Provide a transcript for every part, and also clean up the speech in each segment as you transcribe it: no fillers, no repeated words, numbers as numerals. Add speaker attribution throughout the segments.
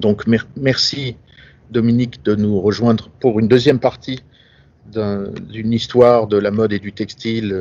Speaker 1: Donc merci Dominique de nous rejoindre pour une deuxième partie d'une histoire de la mode et du textile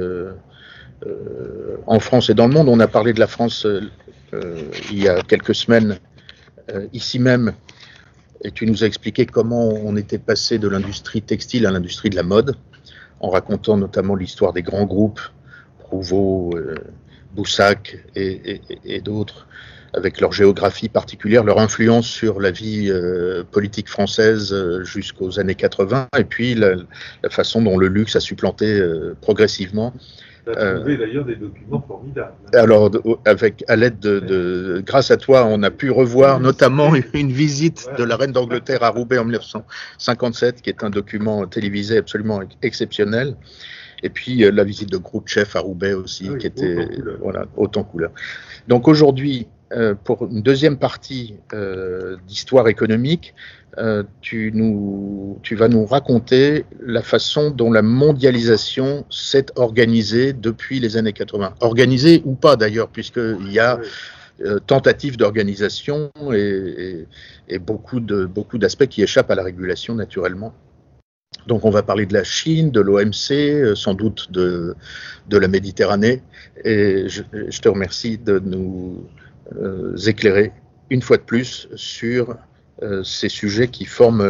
Speaker 1: en France et dans le monde. On a parlé de la France il y a quelques semaines, ici même, et tu nous as expliqué comment on était passé de l'industrie textile à l'industrie de la mode, en racontant notamment l'histoire des grands groupes, Prouveau, Boussac et d'autres, avec leur géographie particulière, leur influence sur la vie politique française jusqu'aux années 80, et puis la façon dont le luxe a supplanté progressivement.
Speaker 2: Tu as trouvé d'ailleurs des documents formidables.
Speaker 1: Alors, à l'aide grâce à toi, on a pu revoir notamment une visite de la reine d'Angleterre à Roubaix en 1957, qui est un document télévisé absolument exceptionnel. Et puis la visite de Khrouchtchev à Roubaix aussi, qui était haute en couleur. Donc aujourd'hui, pour une deuxième partie d'histoire économique, tu vas nous raconter la façon dont la mondialisation s'est organisée depuis les années 80. Organisée ou pas d'ailleurs, puisqu'il y a tentative d'organisation et beaucoup d'aspects qui échappent à la régulation naturellement. Donc on va parler de la Chine, de l'OMC, sans doute de la Méditerranée, et je te remercie de nous éclairer une fois de plus sur ces sujets qui forment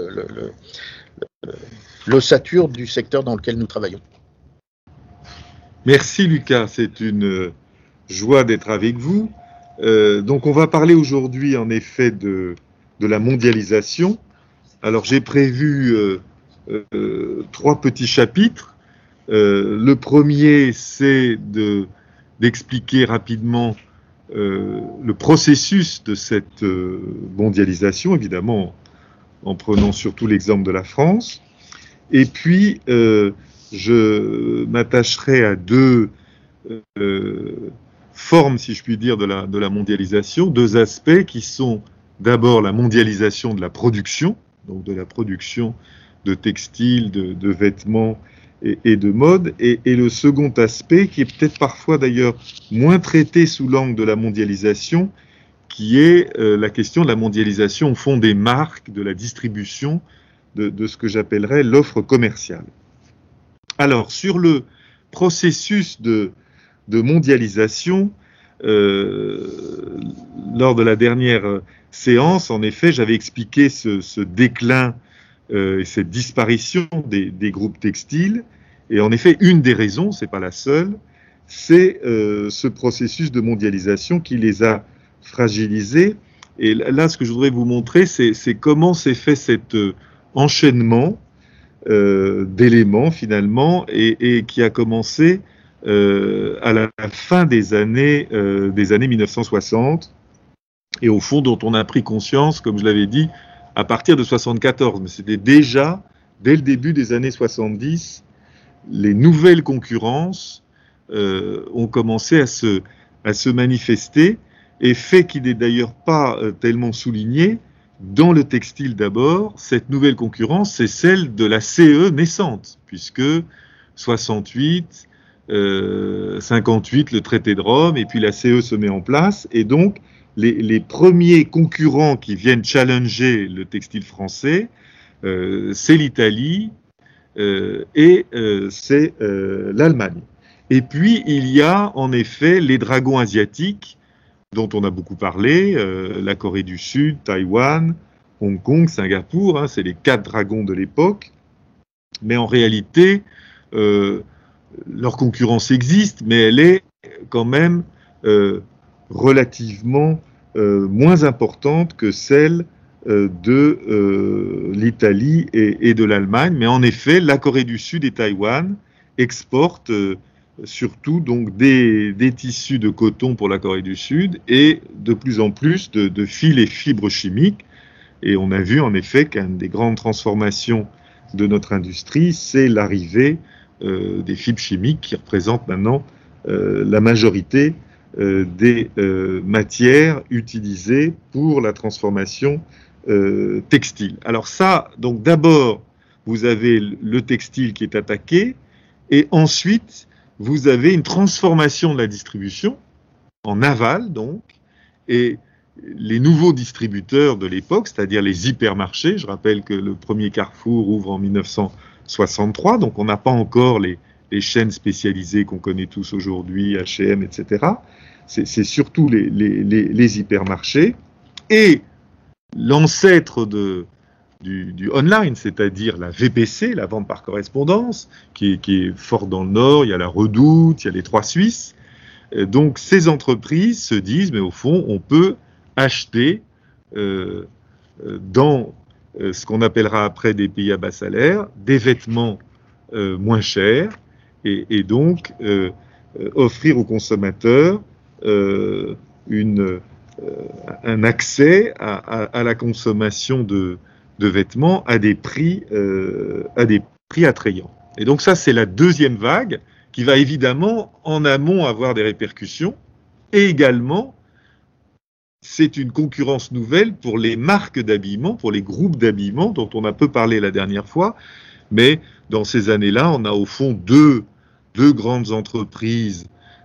Speaker 1: l'ossature du secteur dans lequel nous travaillons.
Speaker 2: Merci Lucas, c'est une joie d'être avec vous. Donc on va parler aujourd'hui en effet de la mondialisation. Alors j'ai prévu 3 petits chapitres. Le premier, c'est d'expliquer rapidement le processus de cette mondialisation, évidemment en prenant surtout l'exemple de la France. Et puis, je m'attacherai à 2 formes, si je puis dire, de la mondialisation, 2 aspects qui sont d'abord la mondialisation de la production, donc de la production de textiles, de vêtements et de mode, et le second aspect, qui est peut-être parfois d'ailleurs moins traité sous l'angle de la mondialisation, qui est la question de la mondialisation au fond des marques, de la distribution, de ce que j'appellerais l'offre commerciale. Alors, sur le processus de mondialisation, lors de la dernière séance, en effet, j'avais expliqué ce déclin et cette disparition des groupes textiles. Et en effet, une des raisons, c'est pas la seule, c'est ce processus de mondialisation qui les a fragilisés. Et là, ce que je voudrais vous montrer, c'est comment s'est fait cet enchaînement d'éléments finalement, et qui a commencé à la fin des années 1960, et au fond dont on a pris conscience, comme je l'avais dit, à partir de 74, mais c'était déjà, dès le début des années 70, les nouvelles concurrences ont commencé à se manifester, et fait qui n'est d'ailleurs pas tellement souligné, dans le textile d'abord, cette nouvelle concurrence, c'est celle de la CE naissante, puisque 68, 58, le traité de Rome, et puis la CE se met en place, et donc les premiers concurrents qui viennent challenger le textile français, c'est l'Italie et c'est l'Allemagne. Et puis, il y a en effet les dragons asiatiques, dont on a beaucoup parlé, la Corée du Sud, Taïwan, Hong Kong, Singapour, c'est les 4 dragons de l'époque. Mais en réalité, leur concurrence existe, mais elle est quand même relativement moins importante que celle de l'Italie et de l'Allemagne. Mais en effet, la Corée du Sud et Taïwan exportent surtout donc des tissus de coton pour la Corée du Sud et de plus en plus de fils et fibres chimiques. Et on a vu en effet qu'une des grandes transformations de notre industrie, c'est l'arrivée des fibres chimiques qui représentent maintenant la majorité des matières utilisées pour la transformation textile. Alors ça, donc d'abord, vous avez le textile qui est attaqué, et ensuite, vous avez une transformation de la distribution, en aval donc, et les nouveaux distributeurs de l'époque, c'est-à-dire les hypermarchés. Je rappelle que le premier Carrefour ouvre en 1963, donc on n'a pas encore les chaînes spécialisées qu'on connaît tous aujourd'hui, H&M, etc. C'est surtout les hypermarchés. Et l'ancêtre du online, c'est-à-dire la VPC, la vente par correspondance, qui est fort dans le Nord, il y a la Redoute, il y a les Trois Suisses. Donc ces entreprises se disent, mais au fond, on peut acheter dans ce qu'on appellera après des pays à bas salaire, des vêtements moins chers, et donc offrir aux consommateurs un accès à la consommation de vêtements à des prix attrayants. Et donc ça, c'est la deuxième vague qui va évidemment en amont avoir des répercussions. Et également, c'est une concurrence nouvelle pour les marques d'habillement, pour les groupes d'habillement dont on a peu parlé la dernière fois. Mais dans ces années-là, on a au fond deux grandes entreprises,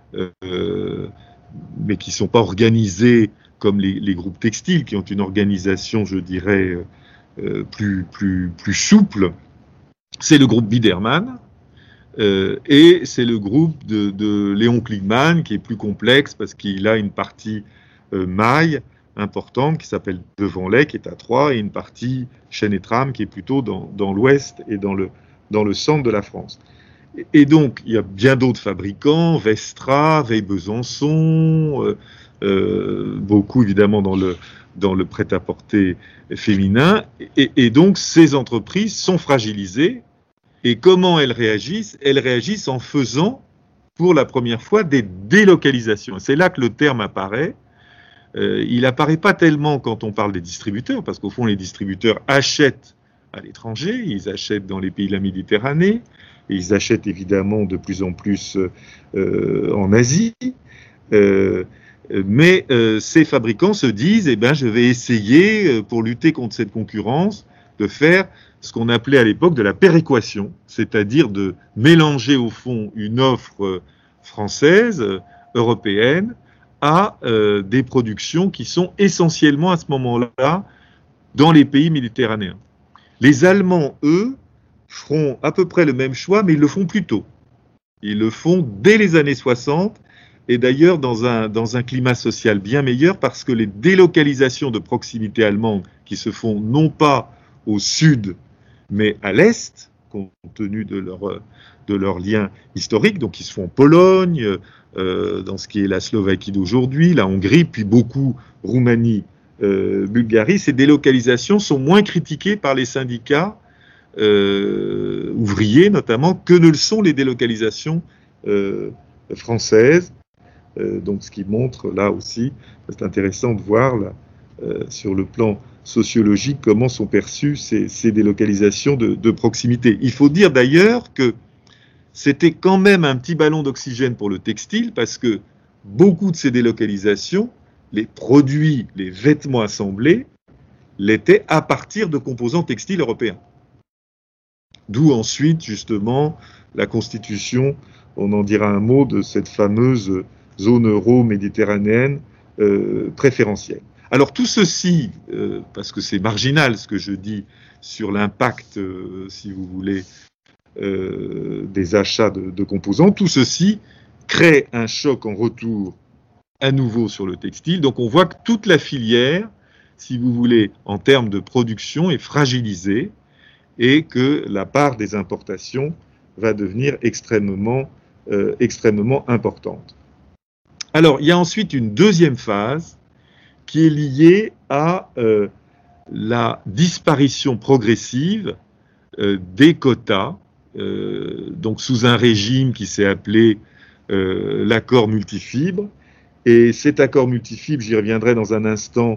Speaker 2: mais qui ne sont pas organisées comme les groupes textiles, qui ont une organisation, je dirais, plus souple. C'est le groupe Biedermann et c'est le groupe de Léon Kligman, qui est plus complexe parce qu'il a une partie maille importante qui s'appelle Devanlay, qui est à Troyes, et une partie chaîne et trame qui est plutôt dans l'ouest et dans le centre de la France. Et donc, il y a bien d'autres fabricants, Vestra, Veil Besançon, beaucoup évidemment dans le prêt-à-porter féminin. Et donc, ces entreprises sont fragilisées. Et comment elles réagissent? Elles réagissent en faisant, pour la première fois, des délocalisations. C'est là que le terme apparaît. Il n'apparaît pas tellement quand on parle des distributeurs, parce qu'au fond, les distributeurs achètent à l'étranger, ils achètent dans les pays de la Méditerranée, et ils achètent évidemment de plus en plus en Asie. Mais ces fabricants se disent, eh ben, je vais essayer, pour lutter contre cette concurrence, de faire ce qu'on appelait à l'époque de la péréquation, c'est-à-dire de mélanger au fond une offre française, européenne, à des productions qui sont essentiellement à ce moment-là dans les pays méditerranéens. Les Allemands, eux, feront à peu près le même choix, mais ils le font plus tôt. Ils le font dès les années 60, et d'ailleurs dans un climat social bien meilleur, parce que les délocalisations de proximité allemandes qui se font non pas au sud, mais à l'est, compte tenu de leur lien historique, donc ils se font en Pologne, dans ce qui est la Slovaquie d'aujourd'hui, la Hongrie, puis beaucoup Roumanie, Bulgarie, ces délocalisations sont moins critiquées par les syndicats ouvriers notamment que ne le sont les délocalisations françaises. Donc ce qui montre là aussi, c'est intéressant de voir là, sur le plan sociologique comment sont perçues ces délocalisations de proximité. Il faut dire d'ailleurs que c'était quand même un petit ballon d'oxygène pour le textile, parce que beaucoup de ces délocalisations, les produits, les vêtements assemblés, l'étaient à partir de composants textiles européens. D'où ensuite, justement, la constitution, on en dira un mot, de cette fameuse zone euro-méditerranéenne préférentielle. Alors tout ceci, parce que c'est marginal ce que je dis sur l'impact, si vous voulez, des achats de composants, tout ceci crée un choc en retour à nouveau sur le textile. Donc on voit que toute la filière, si vous voulez, en termes de production est fragilisée, et que la part des importations va devenir extrêmement importante. Alors, il y a ensuite une deuxième phase qui est liée à la disparition progressive des quotas, donc sous un régime qui s'est appelé l'accord multifibre. Et cet accord multifibre, j'y reviendrai dans un instant,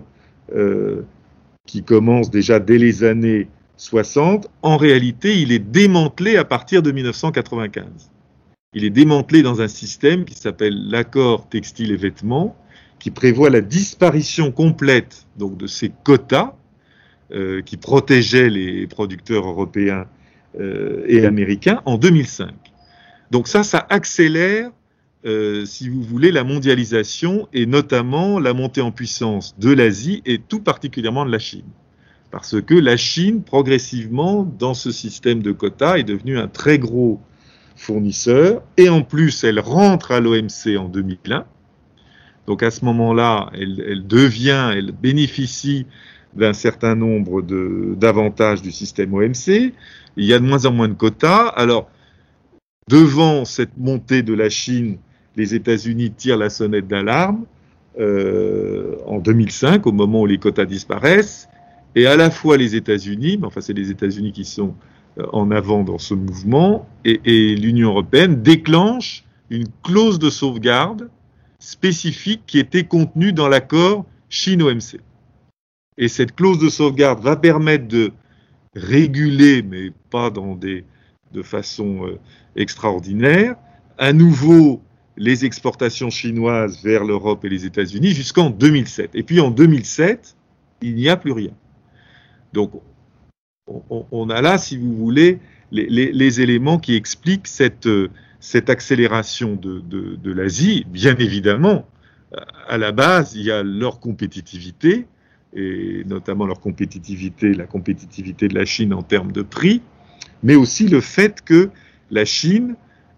Speaker 2: qui commence déjà dès les années 60, en réalité, il est démantelé à partir de 1995. Il est démantelé dans un système qui s'appelle l'accord textile et vêtements, qui prévoit la disparition complète donc, de ces quotas qui protégeaient les producteurs européens et américains en 2005. Donc ça accélère si vous voulez, la mondialisation et notamment la montée en puissance de l'Asie et tout particulièrement de la Chine. Parce que la Chine, progressivement, dans ce système de quotas, est devenue un très gros fournisseur et en plus, elle rentre à l'OMC en 2001. Donc à ce moment-là, elle bénéficie d'un certain nombre d'avantages du système OMC. Il y a de moins en moins de quotas. Alors, devant cette montée de la Chine, les États-Unis tirent la sonnette d'alarme en 2005, au moment où les quotas disparaissent. Et à la fois les États-Unis, mais enfin c'est les États-Unis qui sont en avant dans ce mouvement, et l'Union européenne déclenche une clause de sauvegarde spécifique qui était contenue dans l'accord Chine-OMC. Et cette clause de sauvegarde va permettre de réguler, mais pas de façon extraordinaire, à nouveau les exportations chinoises vers l'Europe et les États-Unis jusqu'en 2007. Et puis en 2007, il n'y a plus rien. Donc on a là, si vous voulez, les éléments qui expliquent cette accélération de l'Asie. Bien évidemment, à la base, il y a leur compétitivité, et notamment la compétitivité de la Chine en termes de prix, mais aussi le fait que la Chine,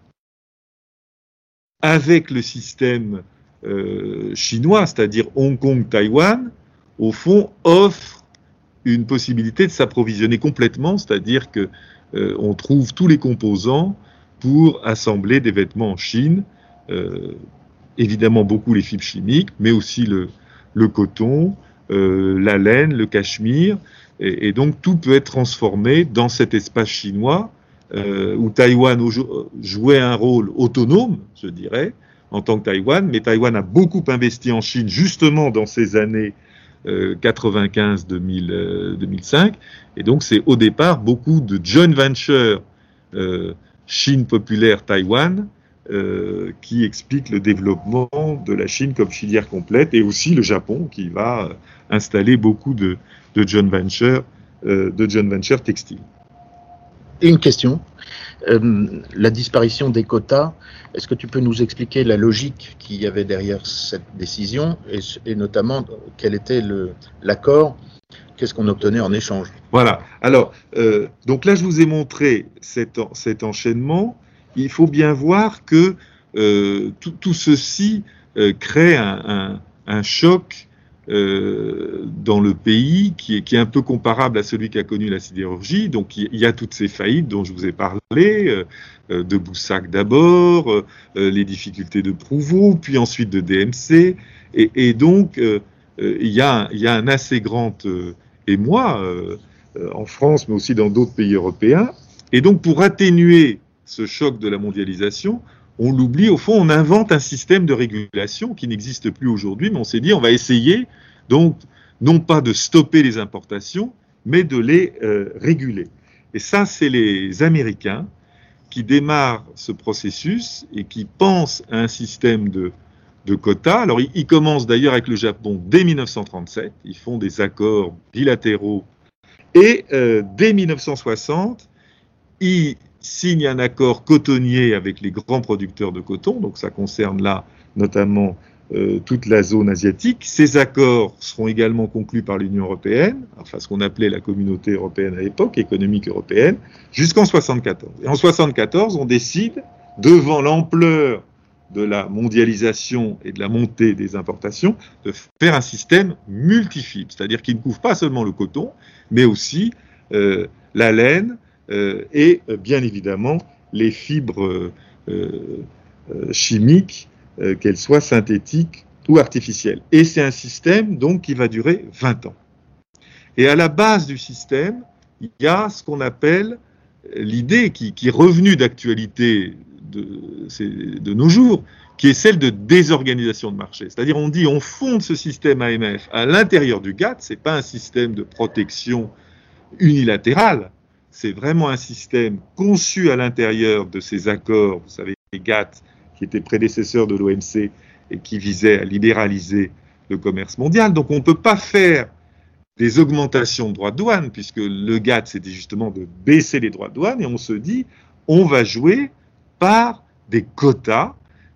Speaker 2: avec le système chinois, c'est-à-dire Hong Kong, Taïwan, au fond, offre une possibilité de s'approvisionner complètement, c'est-à-dire que on trouve tous les composants pour assembler des vêtements en Chine, évidemment beaucoup les fibres chimiques, mais aussi le coton, la laine, le cachemire, et donc tout peut être transformé dans cet espace chinois où Taïwan jouait un rôle autonome, je dirais, en tant que Taïwan, mais Taïwan a beaucoup investi en Chine justement dans ces années 95-2005, et donc c'est au départ beaucoup de joint venture Chine populaire Taïwan qui explique le développement de la Chine comme filière complète, et aussi le Japon qui va installer beaucoup de joint venture textiles.
Speaker 1: Et une question, la disparition des quotas, est-ce que tu peux nous expliquer la logique qu'il y avait derrière cette décision et notamment quel était l'accord, qu'est-ce qu'on obtenait en échange?
Speaker 2: Voilà, alors, donc là je vous ai montré cet enchaînement. Il faut bien voir que tout ceci crée un choc dans le pays qui est un peu comparable à celui qu'a connu la sidérurgie. Donc il y a toutes ces faillites dont je vous ai parlé, de Boussac d'abord, les difficultés de Prouveau, puis ensuite de DMC, et donc il y a un assez grand émoi en France, mais aussi dans d'autres pays européens. Et donc pour atténuer ce choc de la mondialisation, on l'oublie, au fond, on invente un système de régulation qui n'existe plus aujourd'hui, mais on s'est dit, on va essayer, donc, non pas de stopper les importations, mais de les réguler. Et ça, c'est les Américains qui démarrent ce processus et qui pensent à un système de quotas. Alors, ils commencent d'ailleurs avec le Japon dès 1937, ils font des accords bilatéraux, et dès 1960, ils signe un accord cotonnier avec les grands producteurs de coton, donc ça concerne là notamment toute la zone asiatique. Ces accords seront également conclus par l'Union européenne, enfin ce qu'on appelait la communauté européenne à l'époque, économique européenne, jusqu'en 1974. Et en 1974, on décide, devant l'ampleur de la mondialisation et de la montée des importations, de faire un système multifibre, c'est-à-dire qui ne couvre pas seulement le coton, mais aussi la laine, et bien évidemment les fibres chimiques, qu'elles soient synthétiques ou artificielles. Et c'est un système donc qui va durer 20 ans. Et à la base du système, il y a ce qu'on appelle l'idée qui est revenue d'actualité de nos jours, qui est celle de désorganisation de marché. C'est-à-dire on dit on fonde ce système AMF à l'intérieur du GATT, c'est pas un système de protection unilatérale, c'est vraiment un système conçu à l'intérieur de ces accords, vous savez, les GATT, qui étaient prédécesseurs de l'OMC et qui visaient à libéraliser le commerce mondial. Donc on ne peut pas faire des augmentations de droits de douane, puisque le GATT, c'était justement de baisser les droits de douane, et on se dit, on va jouer par des quotas,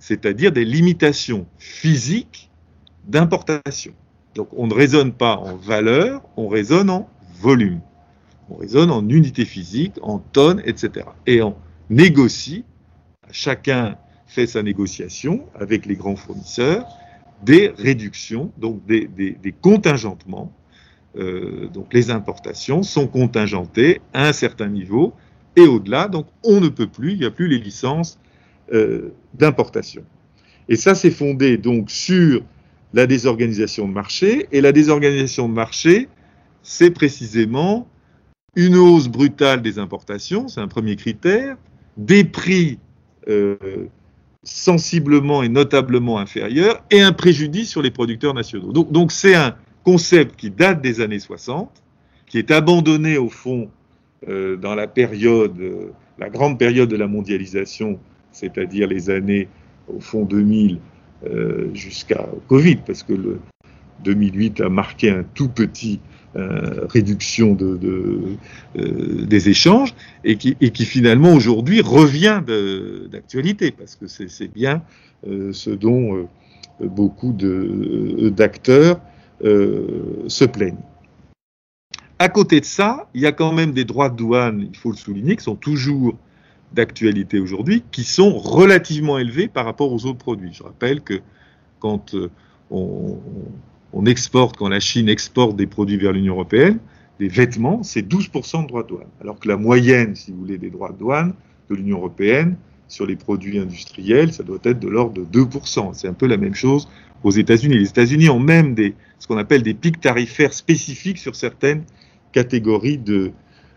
Speaker 2: c'est-à-dire des limitations physiques d'importation. Donc on ne raisonne pas en valeur, on raisonne en volume. On raisonne en unités physiques, en tonnes, etc. Et on négocie, chacun fait sa négociation avec les grands fournisseurs, des réductions, donc des contingentements. Donc les importations sont contingentées à un certain niveau et au-delà, donc on ne peut plus, il n'y a plus les licences d'importation. Et ça, c'est fondé donc sur la désorganisation de marché, et la désorganisation de marché, c'est précisément une hausse brutale des importations, c'est un premier critère, des prix sensiblement et notablement inférieurs, et un préjudice sur les producteurs nationaux. Donc c'est un concept qui date des années 60, qui est abandonné au fond dans la période, la grande période de la mondialisation, c'est-à-dire les années au fond 2000 jusqu'à Covid, parce que le 2008 a marqué un tout petit réduction des échanges et qui finalement aujourd'hui revient d'actualité, parce que c'est bien ce dont beaucoup d'acteurs se plaignent. À côté de ça, il y a quand même des droits de douane, il faut le souligner, qui sont toujours d'actualité aujourd'hui, qui sont relativement élevés par rapport aux autres produits. Je rappelle que quand on exporte, quand la Chine exporte des produits vers l'Union européenne, des vêtements, c'est 12% de droits de douane. Alors que la moyenne, si vous voulez, des droits de douane de l'Union européenne sur les produits industriels, ça doit être de l'ordre de 2%. C'est un peu la même chose aux États-Unis. Les États-Unis ont même ce qu'on appelle des pics tarifaires spécifiques sur certaines catégories de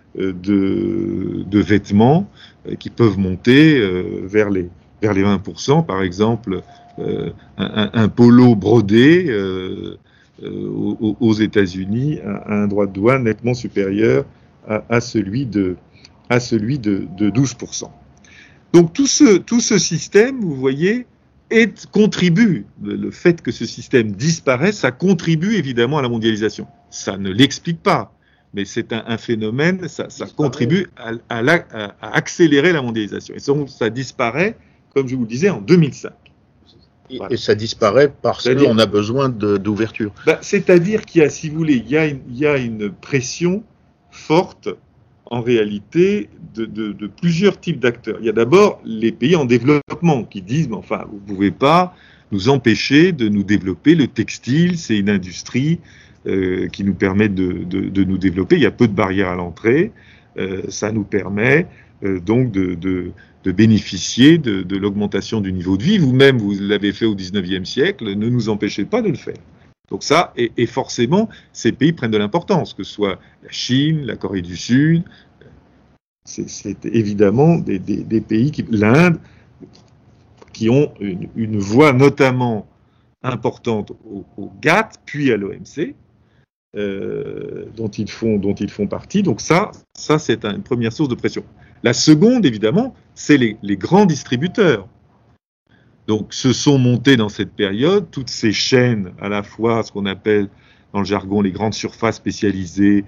Speaker 2: vêtements qui peuvent monter vers les 20%. Par exemple, un polo brodé aux États-Unis a un droit de douane nettement supérieur à celui de 12%. Donc tout ce système, vous voyez, contribue, le fait que ce système disparaisse, ça contribue évidemment à la mondialisation. Ça ne l'explique pas, mais c'est un phénomène, ça contribue à accélérer la mondialisation. Et donc ça disparaît, comme je vous le disais, en 2005.
Speaker 1: Voilà. Et ça disparaît parce qu'on a besoin d'ouverture.
Speaker 2: C'est-à-dire qu'il y a, si vous voulez, il y a une pression forte, en réalité, de plusieurs types d'acteurs. Il y a d'abord les pays en développement qui disent, mais enfin, vous ne pouvez pas nous empêcher de nous développer. Le textile, c'est une industrie qui nous permet de nous développer. Il y a peu de barrières à l'entrée. Ça nous permet donc de bénéficier de l'augmentation du niveau de vie. Vous-même, vous l'avez fait au XIXe siècle, ne nous empêchez pas de le faire. Donc ça, et forcément, ces pays prennent de l'importance, que ce soit la Chine, la Corée du Sud, c'est évidemment des pays, l'Inde, qui ont une voix notamment importante au GATT, puis à l'OMC, dont ils font partie. Donc ça c'est une première source de pression. La seconde, évidemment, c'est les grands distributeurs. Donc, se sont montés dans cette période toutes ces chaînes, à la fois ce qu'on appelle dans le jargon les grandes surfaces spécialisées,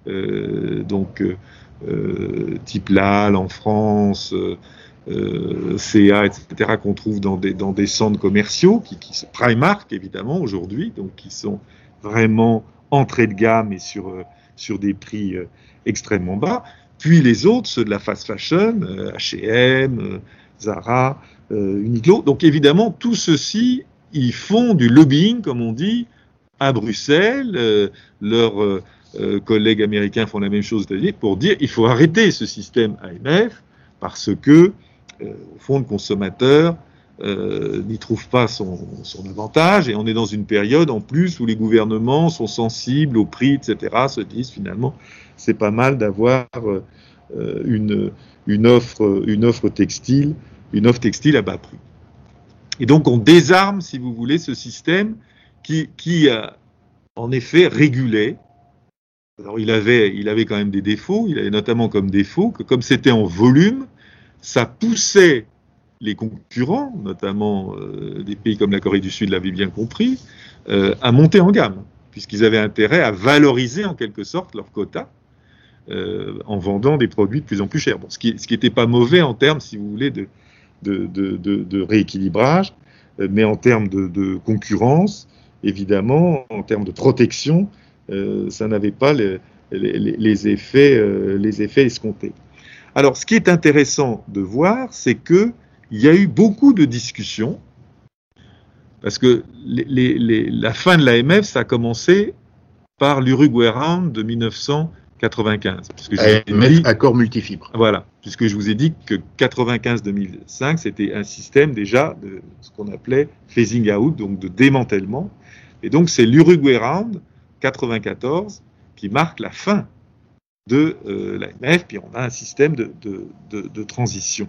Speaker 2: type Lal en France, CA, etc., qu'on trouve dans des centres commerciaux, qui Primark évidemment aujourd'hui, donc qui sont vraiment entrée de gamme et sur des prix extrêmement bas. Puis les autres, ceux de la fast fashion, H&M, Zara, Uniqlo. Donc évidemment, tout ceci, ils font du lobbying, comme on dit, à Bruxelles. Leurs collègues américains font la même chose aux États-Unis pour dire il faut arrêter ce système AMF parce que, au fond, le consommateur n'y trouve pas son avantage. Et on est dans une période, en plus, où les gouvernements sont sensibles aux prix, etc., se disent finalement, c'est pas mal d'avoir une offre textile à bas prix. Et donc on désarme, si vous voulez, ce système qui en effet régulait. Alors il avait quand même des défauts. Il avait notamment comme défaut que comme c'était en volume, ça poussait les concurrents, notamment des pays comme la Corée du Sud l'avaient bien compris, à monter en gamme, puisqu'ils avaient intérêt à valoriser en quelque sorte leur quota en vendant des produits de plus en plus chers. Bon, ce qui n'était pas mauvais en termes, si vous voulez, de rééquilibrage, mais en termes de concurrence, évidemment, en termes de protection, ça n'avait pas les effets escomptés. Alors, ce qui est intéressant de voir, c'est qu'il y a eu beaucoup de discussions, parce que la fin de l'AMF, ça a commencé par l'Uruguay Round de 1995.
Speaker 1: Accord multifibre.
Speaker 2: Voilà, puisque je vous ai dit que 95-2005, c'était un système déjà de ce qu'on appelait phasing out, donc de démantèlement. Et donc, c'est l'Uruguay Round 94 qui marque la fin de l'AMF, puis on a un système de transition.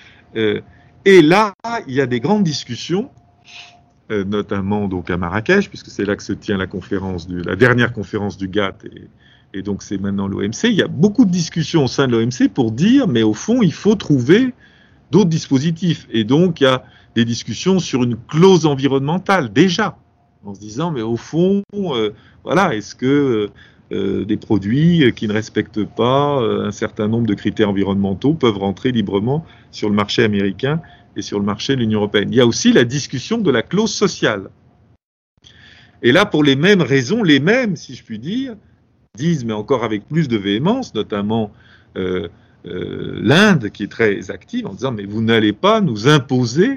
Speaker 2: Et là, il y a des grandes discussions, notamment donc à Marrakech, puisque c'est là que se tient la dernière conférence du GATT, et donc c'est maintenant l'OMC. Il y a beaucoup de discussions au sein de l'OMC pour dire, mais au fond, il faut trouver d'autres dispositifs. Et donc, il y a des discussions sur une clause environnementale, déjà, en se disant, mais au fond, voilà, est-ce que des produits qui ne respectent pas un certain nombre de critères environnementaux peuvent rentrer librement sur le marché américain et sur le marché de l'Union européenne. Il y a aussi la discussion de la clause sociale. Et là, pour les mêmes raisons, les mêmes, si je puis dire, disent, mais encore avec plus de véhémence, notamment l'Inde qui est très active, en disant, mais vous n'allez pas nous imposer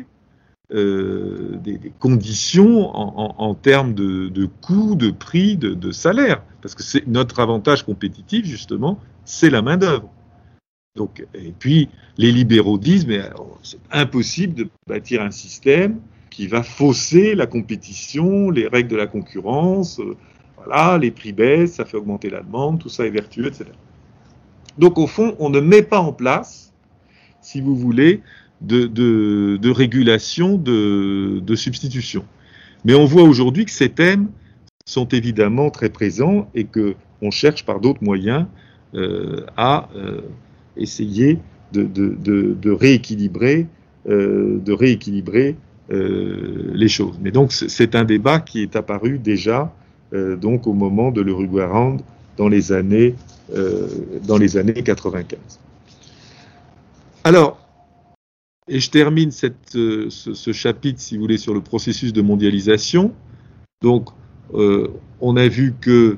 Speaker 2: des conditions en termes de coûts, de prix, de salaire, parce que c'est notre avantage compétitif, justement, c'est la main-d'œuvre. Donc, et puis, les libéraux disent, mais c'est impossible de bâtir un système qui va fausser la compétition, les règles de la concurrence, voilà, les prix baissent, ça fait augmenter la demande, tout ça est vertueux, etc. Donc, au fond, on ne met pas en place, si vous voulez, de régulation, de substitution. Mais on voit aujourd'hui que ces thèmes sont évidemment très présents et qu'on cherche par d'autres moyens à essayer de rééquilibrer les choses. Mais donc c'est un débat qui est apparu déjà donc au moment de l'Uruguay Round dans les années 95. Alors, et je termine ce chapitre, si vous voulez, sur le processus de mondialisation. Donc, on a vu que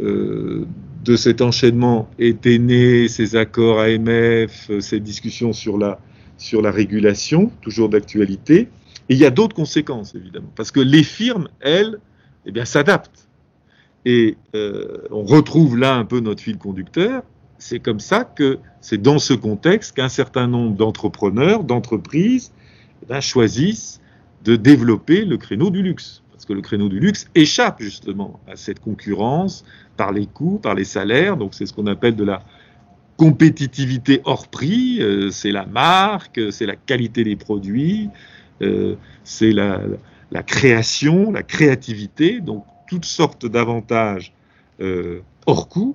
Speaker 2: de cet enchaînement étaient nés ces accords AMF, ces discussions sur la régulation, toujours d'actualité. Et il y a d'autres conséquences, évidemment, parce que les firmes, elles, eh bien, s'adaptent. Et on retrouve là un peu notre fil conducteur. C'est comme ça que c'est dans ce contexte qu'un certain nombre d'entrepreneurs, d'entreprises, choisissent de développer le créneau du luxe. Parce que le créneau du luxe échappe justement à cette concurrence par les coûts, par les salaires. Donc c'est ce qu'on appelle de la compétitivité hors prix. C'est la marque, c'est la qualité des produits, c'est la création, la créativité. Donc toutes sortes d'avantages hors coût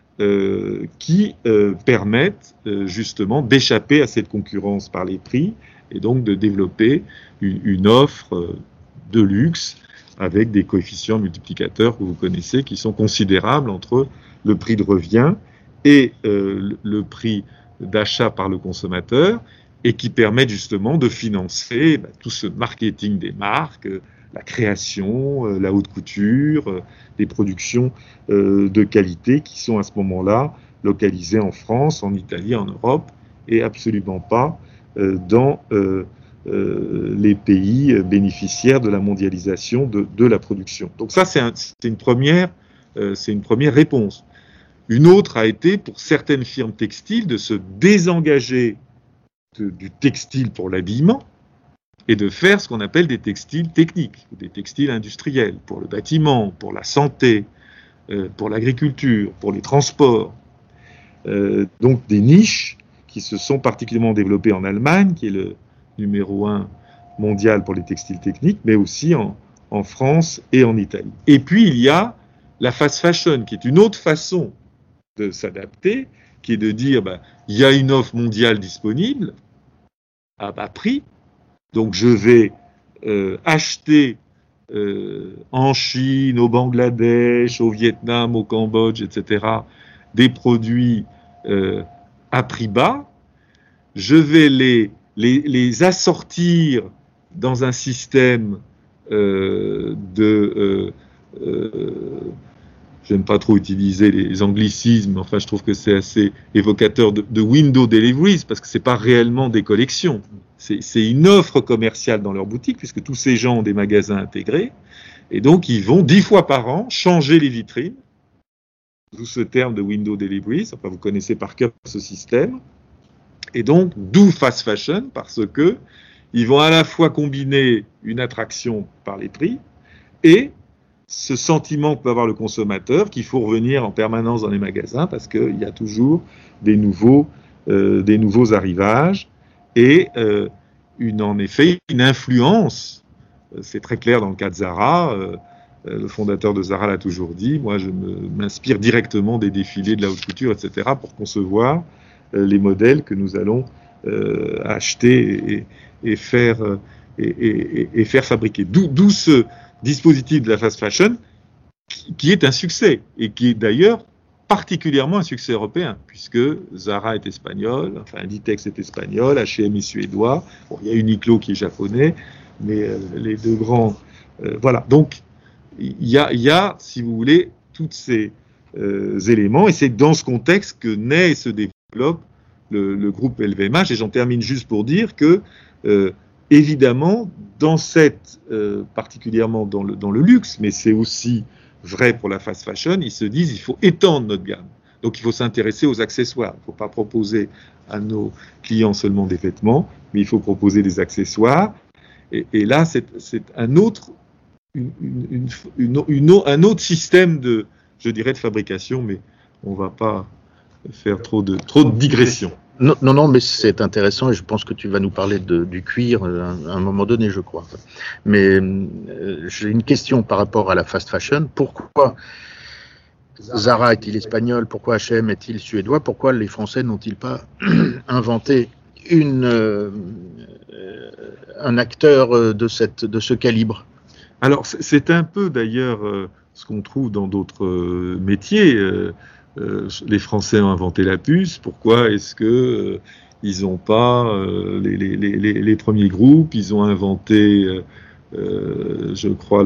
Speaker 2: qui permettent justement d'échapper à cette concurrence par les prix et donc de développer une offre de luxe avec des coefficients multiplicateurs que vous connaissez qui sont considérables entre le prix de revient et le prix d'achat par le consommateur et qui permettent justement de financer tout ce marketing des marques, la création, la haute couture, des productions de qualité qui sont à ce moment-là localisées en France, en Italie, en Europe et absolument pas dans les pays bénéficiaires de la mondialisation de la production. Donc ça, c'est une première réponse. Une autre a été, pour certaines firmes textiles, de se désengager du textile pour l'habillement et de faire ce qu'on appelle des textiles techniques, des textiles industriels, pour le bâtiment, pour la santé, pour l'agriculture, pour les transports. Donc des niches qui se sont particulièrement développées en Allemagne, qui est le numéro 1 mondial pour les textiles techniques, mais aussi en France et en Italie. Et puis il y a la fast fashion, qui est une autre façon de s'adapter, qui est de dire, il y a une offre mondiale disponible à bas prix, donc je vais acheter en Chine, au Bangladesh, au Vietnam, au Cambodge, etc., des produits à prix bas, je vais les assortir dans un système j'aime pas trop utiliser les anglicismes, enfin je trouve que c'est assez évocateur de window deliveries, parce que c'est pas réellement des collections. C'est une offre commerciale dans leur boutique, puisque tous ces gens ont des magasins intégrés, et donc ils vont 10 fois par an changer les vitrines, d'où ce terme de window deliveries, enfin vous connaissez par cœur ce système, et donc d'où fast fashion, parce que ils vont à la fois combiner une attraction par les prix, et ce sentiment que peut avoir le consommateur qu'il faut revenir en permanence dans les magasins parce qu'il y a toujours des nouveaux arrivages et en effet une influence. C'est très clair dans le cas de Zara. Le fondateur de Zara l'a toujours dit. Moi, je m'inspire directement des défilés de la haute couture, etc., pour concevoir les modèles que nous allons acheter et faire fabriquer. D'où ce dispositif de la fast fashion qui est un succès et qui est d'ailleurs particulièrement un succès européen puisque Zara est espagnol, enfin Inditex est espagnol, H&M est suédois, bon, il y a Uniqlo qui est japonais, mais les deux grands, voilà. Donc il y a, si vous voulez, tous ces éléments et c'est dans ce contexte que naît et se développe le groupe LVMH et j'en termine juste pour dire que évidemment, particulièrement dans le luxe, mais c'est aussi vrai pour la fast fashion, ils se disent il faut étendre notre gamme. Donc il faut s'intéresser aux accessoires. Il ne faut pas proposer à nos clients seulement des vêtements, mais il faut proposer des accessoires. Et là, c'est un autre système de fabrication, mais on ne va pas faire trop de digressions.
Speaker 1: Non, mais c'est intéressant et je pense que tu vas nous parler du cuir à un moment donné, je crois. Mais j'ai une question par rapport à la fast fashion. Pourquoi Zara est-il espagnol? Pourquoi H&M est-il suédois? Pourquoi les Français n'ont-ils pas inventé un acteur de ce calibre?
Speaker 2: Alors, c'est un peu d'ailleurs ce qu'on trouve dans d'autres métiers. Les Français ont inventé la puce. Pourquoi est-ce que ils n'ont pas les premiers groupes? Ils ont inventé, je crois,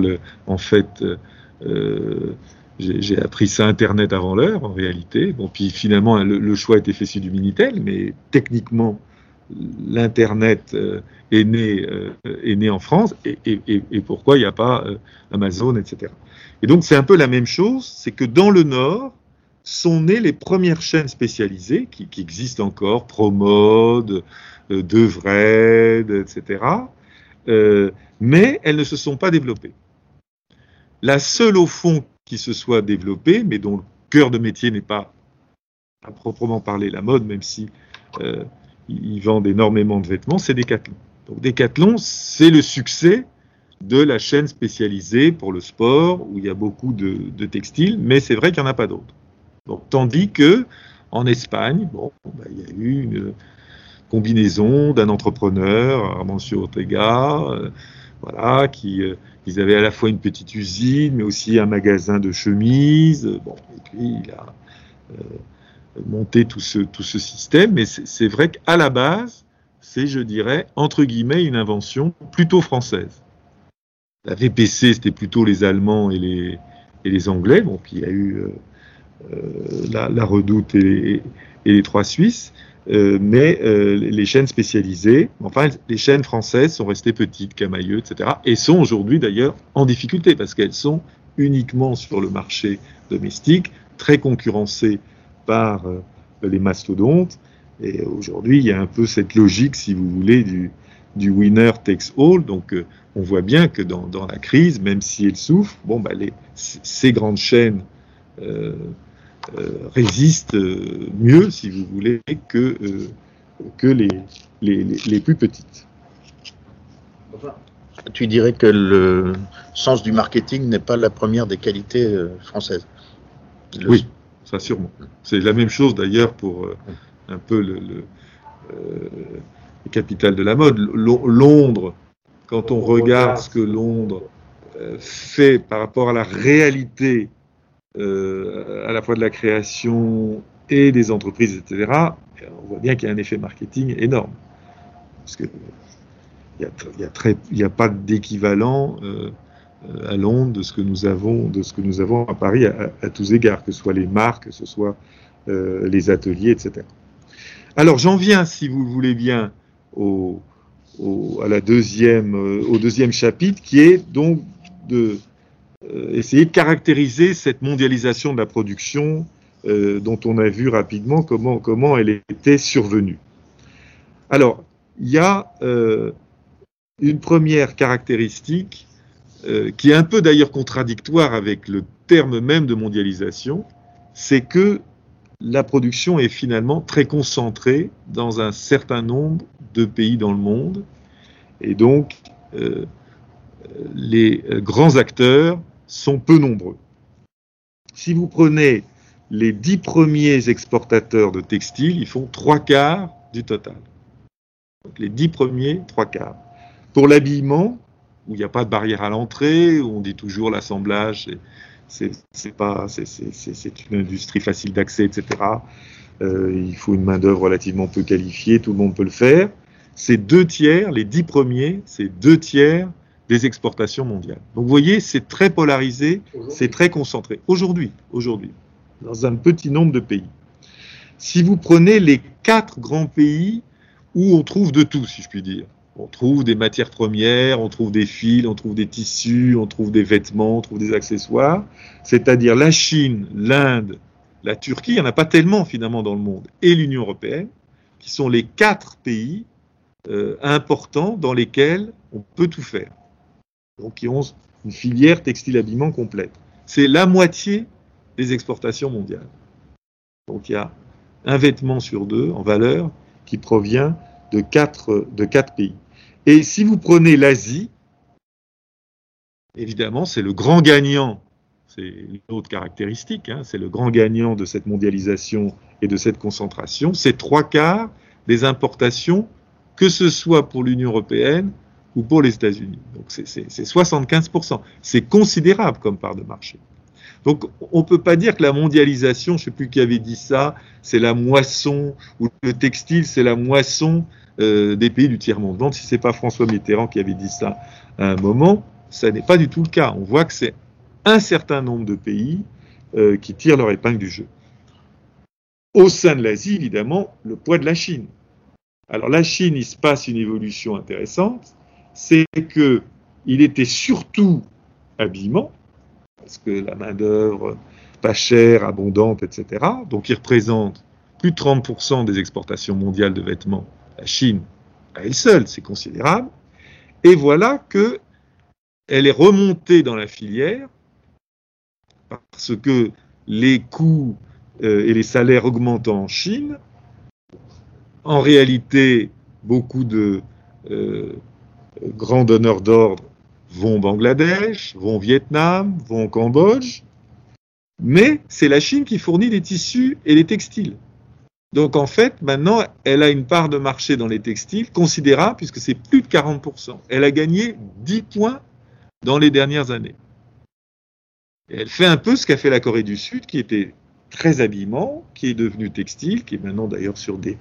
Speaker 2: j'ai appris ça Internet avant l'heure, en réalité. Bon, puis finalement, le choix a été fait sur du Minitel, mais techniquement, l'Internet est né en France. Et pourquoi il n'y a pas Amazon, etc. Et donc, c'est un peu la même chose. C'est que dans le Nord, sont nées les premières chaînes spécialisées qui existent encore, Promode, Devred, etc. Mais elles ne se sont pas développées. La seule au fond qui se soit développée, mais dont le cœur de métier n'est pas à proprement parler la mode, même si ils vendent énormément de vêtements, c'est Decathlon. Donc Decathlon, c'est le succès de la chaîne spécialisée pour le sport, où il y a beaucoup de textiles, mais c'est vrai qu'il n'y en a pas d'autres. Donc, tandis que en Espagne, il y a eu une combinaison d'un entrepreneur, Armancio Ortega, voilà, ils avaient à la fois une petite usine, mais aussi un magasin de chemises. Et puis il a monté tout ce système. Mais c'est vrai qu'à la base, c'est, je dirais, entre guillemets, une invention plutôt française. La VPC, c'était plutôt les Allemands et les Anglais. Bon, puis il y a eu la Redoute et les trois Suisses, mais les chaînes spécialisées, enfin les chaînes françaises sont restées petites, Camailleux, etc., et sont aujourd'hui d'ailleurs en difficulté parce qu'elles sont uniquement sur le marché domestique, très concurrencées par les mastodontes, et aujourd'hui il y a un peu cette logique, si vous voulez, du winner takes all. Donc on voit bien que dans la crise, même si elle souffre, ces grandes chaînes résistent mieux, si vous voulez, que les plus petites.
Speaker 1: Tu dirais que le sens du marketing n'est pas la première des qualités françaises.
Speaker 2: Oui, ça sûrement. C'est la même chose d'ailleurs pour un peu le capital de la mode. Londres, quand on regarde ce que Londres fait par rapport à la réalité à la fois de la création et des entreprises, etc., on voit bien qu'il y a un effet marketing énorme. parce que il n'y a pas d'équivalent à Londres de ce que nous avons à Paris à tous égards, que ce soit les marques, que ce soit les ateliers, etc. Alors j'en viens, si vous le voulez bien, au deuxième chapitre, qui est donc de essayer de caractériser cette mondialisation de la production dont on a vu rapidement comment elle était survenue. Alors, il y a une première caractéristique qui est un peu d'ailleurs contradictoire avec le terme même de mondialisation, c'est que la production est finalement très concentrée dans un certain nombre de pays dans le monde, et donc les grands acteurs sont peu nombreux. Si vous prenez les 10 premiers exportateurs de textiles, ils font 3/4 du total. Donc les 10 premiers, 3/4. Pour l'habillement, où il n'y a pas de barrière à l'entrée, où on dit toujours l'assemblage, c'est une industrie facile d'accès, etc. Il faut une main-d'œuvre relativement peu qualifiée, tout le monde peut le faire. C'est 2/3, les 10 premiers, c'est 2/3 des exportations mondiales. Donc vous voyez, c'est très polarisé, c'est très concentré. Aujourd'hui, dans un petit nombre de pays. Si vous prenez les 4 grands pays où on trouve de tout, si je puis dire, on trouve des matières premières, on trouve des fils, on trouve des tissus, on trouve des vêtements, on trouve des accessoires, c'est-à-dire la Chine, l'Inde, la Turquie, il n'y en a pas tellement finalement dans le monde, et l'Union européenne, qui sont les 4 pays importants dans lesquels on peut tout faire. Donc qui ont une filière textile-habillement complète. C'est la moitié des exportations mondiales. Donc il y a un vêtement sur 2 en valeur qui provient de 4 pays. Et si vous prenez l'Asie, évidemment, c'est le grand gagnant, c'est une autre caractéristique, c'est le grand gagnant de cette mondialisation et de cette concentration, c'est 3/4 des importations, que ce soit pour l'Union européenne ou pour les États-Unis. Donc c'est 75%. C'est considérable comme part de marché. Donc on ne peut pas dire que la mondialisation, je ne sais plus qui avait dit ça, c'est la moisson, ou le textile, c'est la moisson des pays du tiers-monde. Donc si ce n'est pas François Mitterrand qui avait dit ça à un moment, ça n'est pas du tout le cas. On voit que c'est un certain nombre de pays qui tirent leur épingle du jeu. Au sein de l'Asie, évidemment, le poids de la Chine. Alors la Chine, il se passe une évolution intéressante, c'est qu'il était surtout habillement, parce que la main-d'œuvre pas chère, abondante, etc. Donc il représente plus de 30% des exportations mondiales de vêtements. La Chine, à elle seule, c'est considérable. Et voilà qu'elle est remontée dans la filière parce que les coûts et les salaires augmentant en Chine, en réalité, beaucoup de grands donneurs d'ordre vont au Bangladesh, vont au Vietnam, vont au Cambodge, mais c'est la Chine qui fournit les tissus et les textiles. Donc en fait, maintenant, elle a une part de marché dans les textiles considérable, puisque c'est plus de 40%. Elle a gagné 10 points dans les dernières années. Et elle fait un peu ce qu'a fait la Corée du Sud, qui était très habillement, qui est devenu textile, qui est maintenant d'ailleurs sur des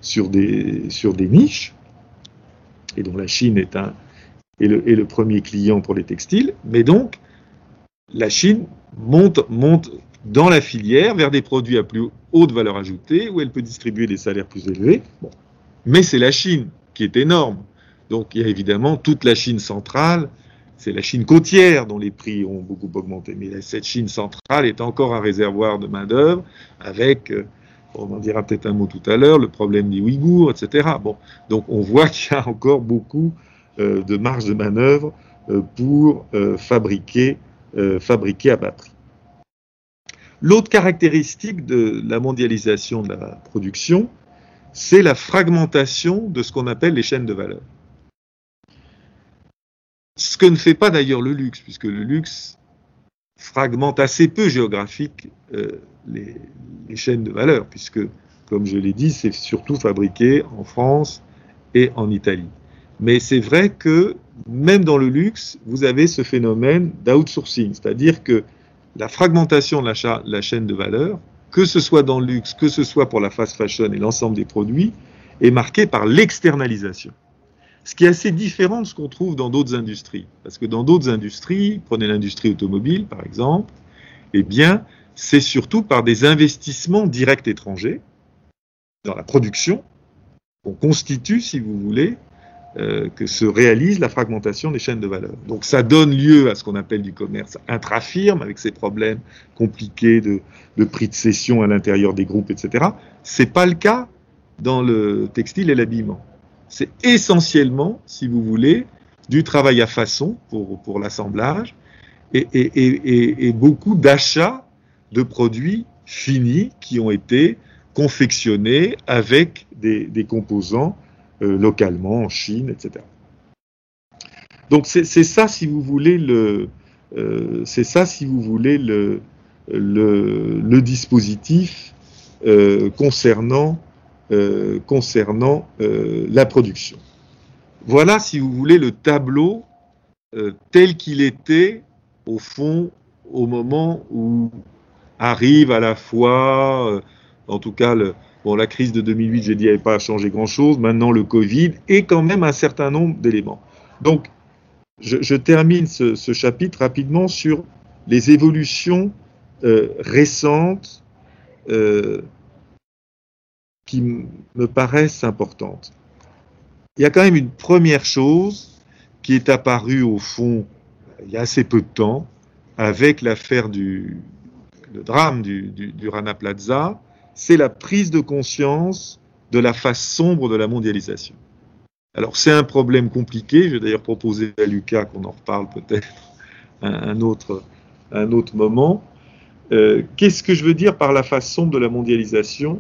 Speaker 2: niches, et dont la Chine est le premier client pour les textiles. Mais donc, la Chine monte dans la filière vers des produits à plus haute valeur ajoutée, où elle peut distribuer des salaires plus élevés. Bon. Mais c'est la Chine qui est énorme. Donc il y a évidemment toute la Chine centrale, c'est la Chine côtière dont les prix ont beaucoup augmenté. Mais cette Chine centrale est encore un réservoir de main-d'œuvre avec, on en dira peut-être un mot tout à l'heure, le problème des Ouïghours, etc. Bon. Donc on voit qu'il y a encore beaucoup de marge de manœuvre pour fabriquer à bas prix. L'autre caractéristique de la mondialisation de la production, c'est la fragmentation de ce qu'on appelle les chaînes de valeur. Ce que ne fait pas d'ailleurs le luxe, puisque le luxe fragmente assez peu géographique les chaînes de valeur, puisque, comme je l'ai dit, c'est surtout fabriqué en France et en Italie. Mais c'est vrai que même dans le luxe, vous avez ce phénomène d'outsourcing, c'est-à-dire que la fragmentation de la chaîne de valeur, que ce soit dans le luxe, que ce soit pour la fast fashion et l'ensemble des produits, est marquée par l'externalisation. Ce qui est assez différent de ce qu'on trouve dans d'autres industries. Parce que dans d'autres industries, prenez l'industrie automobile par exemple, eh bien, c'est surtout par des investissements directs étrangers dans la production qu'on constitue, si vous voulez, que se réalise la fragmentation des chaînes de valeur. Donc ça donne lieu à ce qu'on appelle du commerce intra-firme, avec ses problèmes compliqués de prix de cession à l'intérieur des groupes, etc. C'est pas le cas dans le textile et l'habillement. C'est essentiellement, si vous voulez, du travail à façon pour l'assemblage et beaucoup d'achats de produits finis qui ont été confectionnés avec des composants localement en Chine, etc. Donc c'est ça, si vous voulez, le dispositif concernant la production. Voilà, si vous voulez, le tableau tel qu'il était, au fond, au moment où arrive à la fois, en tout cas, la crise de 2008, j'ai dit, n'avait pas changé grand-chose. Maintenant, le Covid et quand même un certain nombre d'éléments. Donc, je termine ce chapitre rapidement sur les évolutions récentes qui me paraissent importantes. Il y a quand même une première chose qui est apparue au fond il y a assez peu de temps avec l'affaire le drame du Rana Plaza, c'est la prise de conscience de la face sombre de la mondialisation. Alors c'est un problème compliqué, je vais d'ailleurs proposer à Lucas qu'on en reparle peut-être à un autre moment. Qu'est-ce que je veux dire par la face sombre de la mondialisation ?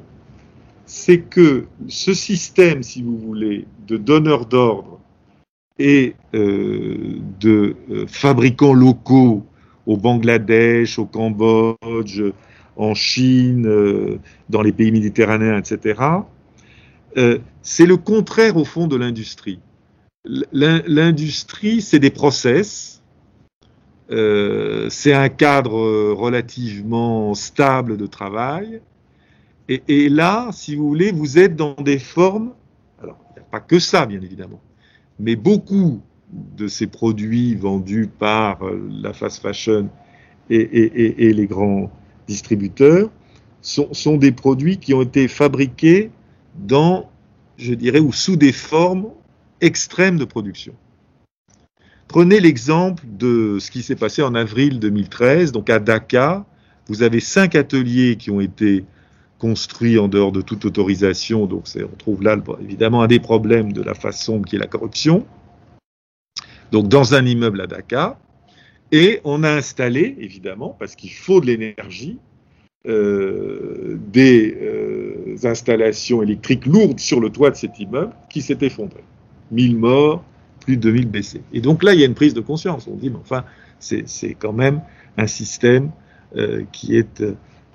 Speaker 2: C'est que ce système, si vous voulez, de donneurs d'ordre et de fabricants locaux au Bangladesh, au Cambodge, en Chine, dans les pays méditerranéens, etc., c'est le contraire au fond de l'industrie. L'industrie, c'est des process, c'est un cadre relativement stable de travail, et là, si vous voulez, vous êtes dans des formes, alors il n'y a pas que ça, bien évidemment, mais beaucoup de ces produits vendus par la fast fashion et les grands distributeurs sont des produits qui ont été fabriqués dans, je dirais, ou sous des formes extrêmes de production. Prenez l'exemple de ce qui s'est passé en avril 2013, donc à Dhaka, vous avez 5 ateliers qui ont été construits en dehors de toute autorisation, donc on trouve là évidemment un des problèmes de la face sombre qui est la corruption, donc dans un immeuble à Dhaka, et on a installé, évidemment, parce qu'il faut de l'énergie, des installations électriques lourdes sur le toit de cet immeuble qui s'est effondré. 1000 morts, plus de 2000 blessés. Et donc là, il y a une prise de conscience. On dit, mais enfin, c'est quand même un système qui est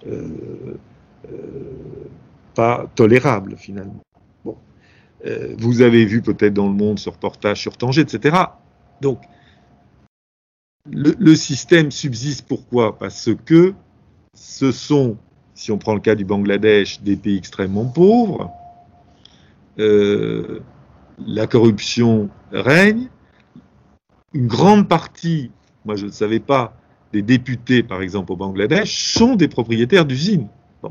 Speaker 2: pas tolérable, finalement. Bon. Vous avez vu peut-être dans Le Monde ce reportage sur Tanger, etc. Donc, le système subsiste pourquoi ? Parce que ce sont, si on prend le cas du Bangladesh, des pays extrêmement pauvres, la corruption règne, une grande partie, moi je ne savais pas, des députés par exemple au Bangladesh sont des propriétaires d'usines. Bon.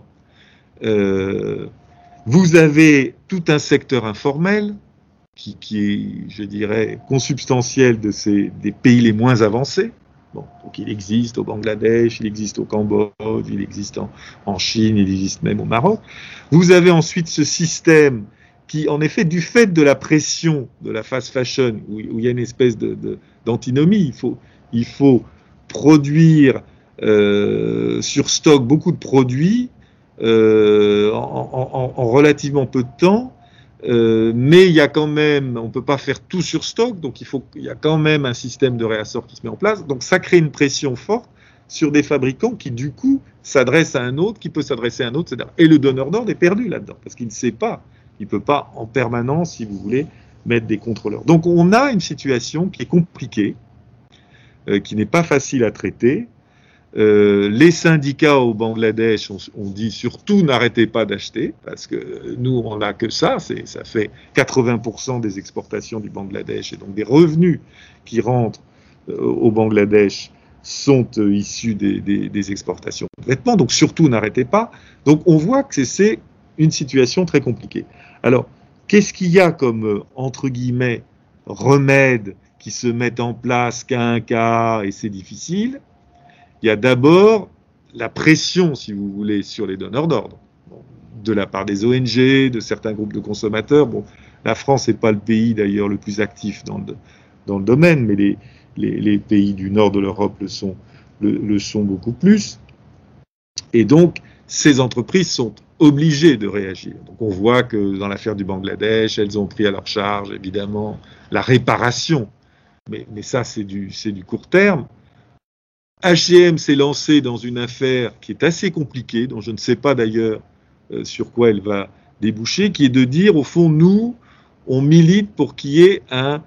Speaker 2: Vous avez tout un secteur informel qui est, je dirais, consubstantiel des pays les moins avancés. Bon, donc il existe au Bangladesh, il existe au Cambodge, il existe en Chine, il existe même au Maroc. Vous avez ensuite ce système qui, en effet, du fait de la pression de la fast fashion, où il y a une espèce d'antinomie, il faut produire sur stock beaucoup de produits en relativement peu de temps, mais il y a quand même, on ne peut pas faire tout sur stock, donc il y a quand même un système de réassort qui se met en place, donc ça crée une pression forte sur des fabricants qui du coup s'adressent à un autre, qui peut s'adresser à un autre, etc. Et le donneur d'ordre est perdu là-dedans, parce qu'il ne sait pas, il ne peut pas en permanence, si vous voulez, mettre des contrôleurs. Donc on a une situation qui est compliquée, qui n'est pas facile à traiter, Les syndicats au Bangladesh ont dit surtout n'arrêtez pas d'acheter, parce que nous, on n'a que ça fait 80% des exportations du Bangladesh, et donc des revenus qui rentrent au Bangladesh sont issus des exportations de vêtements, donc surtout n'arrêtez pas. Donc on voit que c'est une situation très compliquée. Alors, qu'est-ce qu'il y a comme, entre guillemets, remèdes qui se mettent en place qu'à un cas, et c'est difficile? Il y a d'abord la pression, si vous voulez, sur les donneurs d'ordre, de la part des ONG, de certains groupes de consommateurs. Bon, la France n'est pas le pays d'ailleurs le plus actif dans le domaine, mais les pays du nord de l'Europe le sont beaucoup plus. Et donc, ces entreprises sont obligées de réagir. Donc, on voit que dans l'affaire du Bangladesh, elles ont pris à leur charge, évidemment, la réparation. Mais ça, c'est du court terme. H&M s'est lancé dans une affaire qui est assez compliquée, dont je ne sais pas d'ailleurs sur quoi elle va déboucher, qui est de dire, au fond, nous, on milite pour qu'il y ait un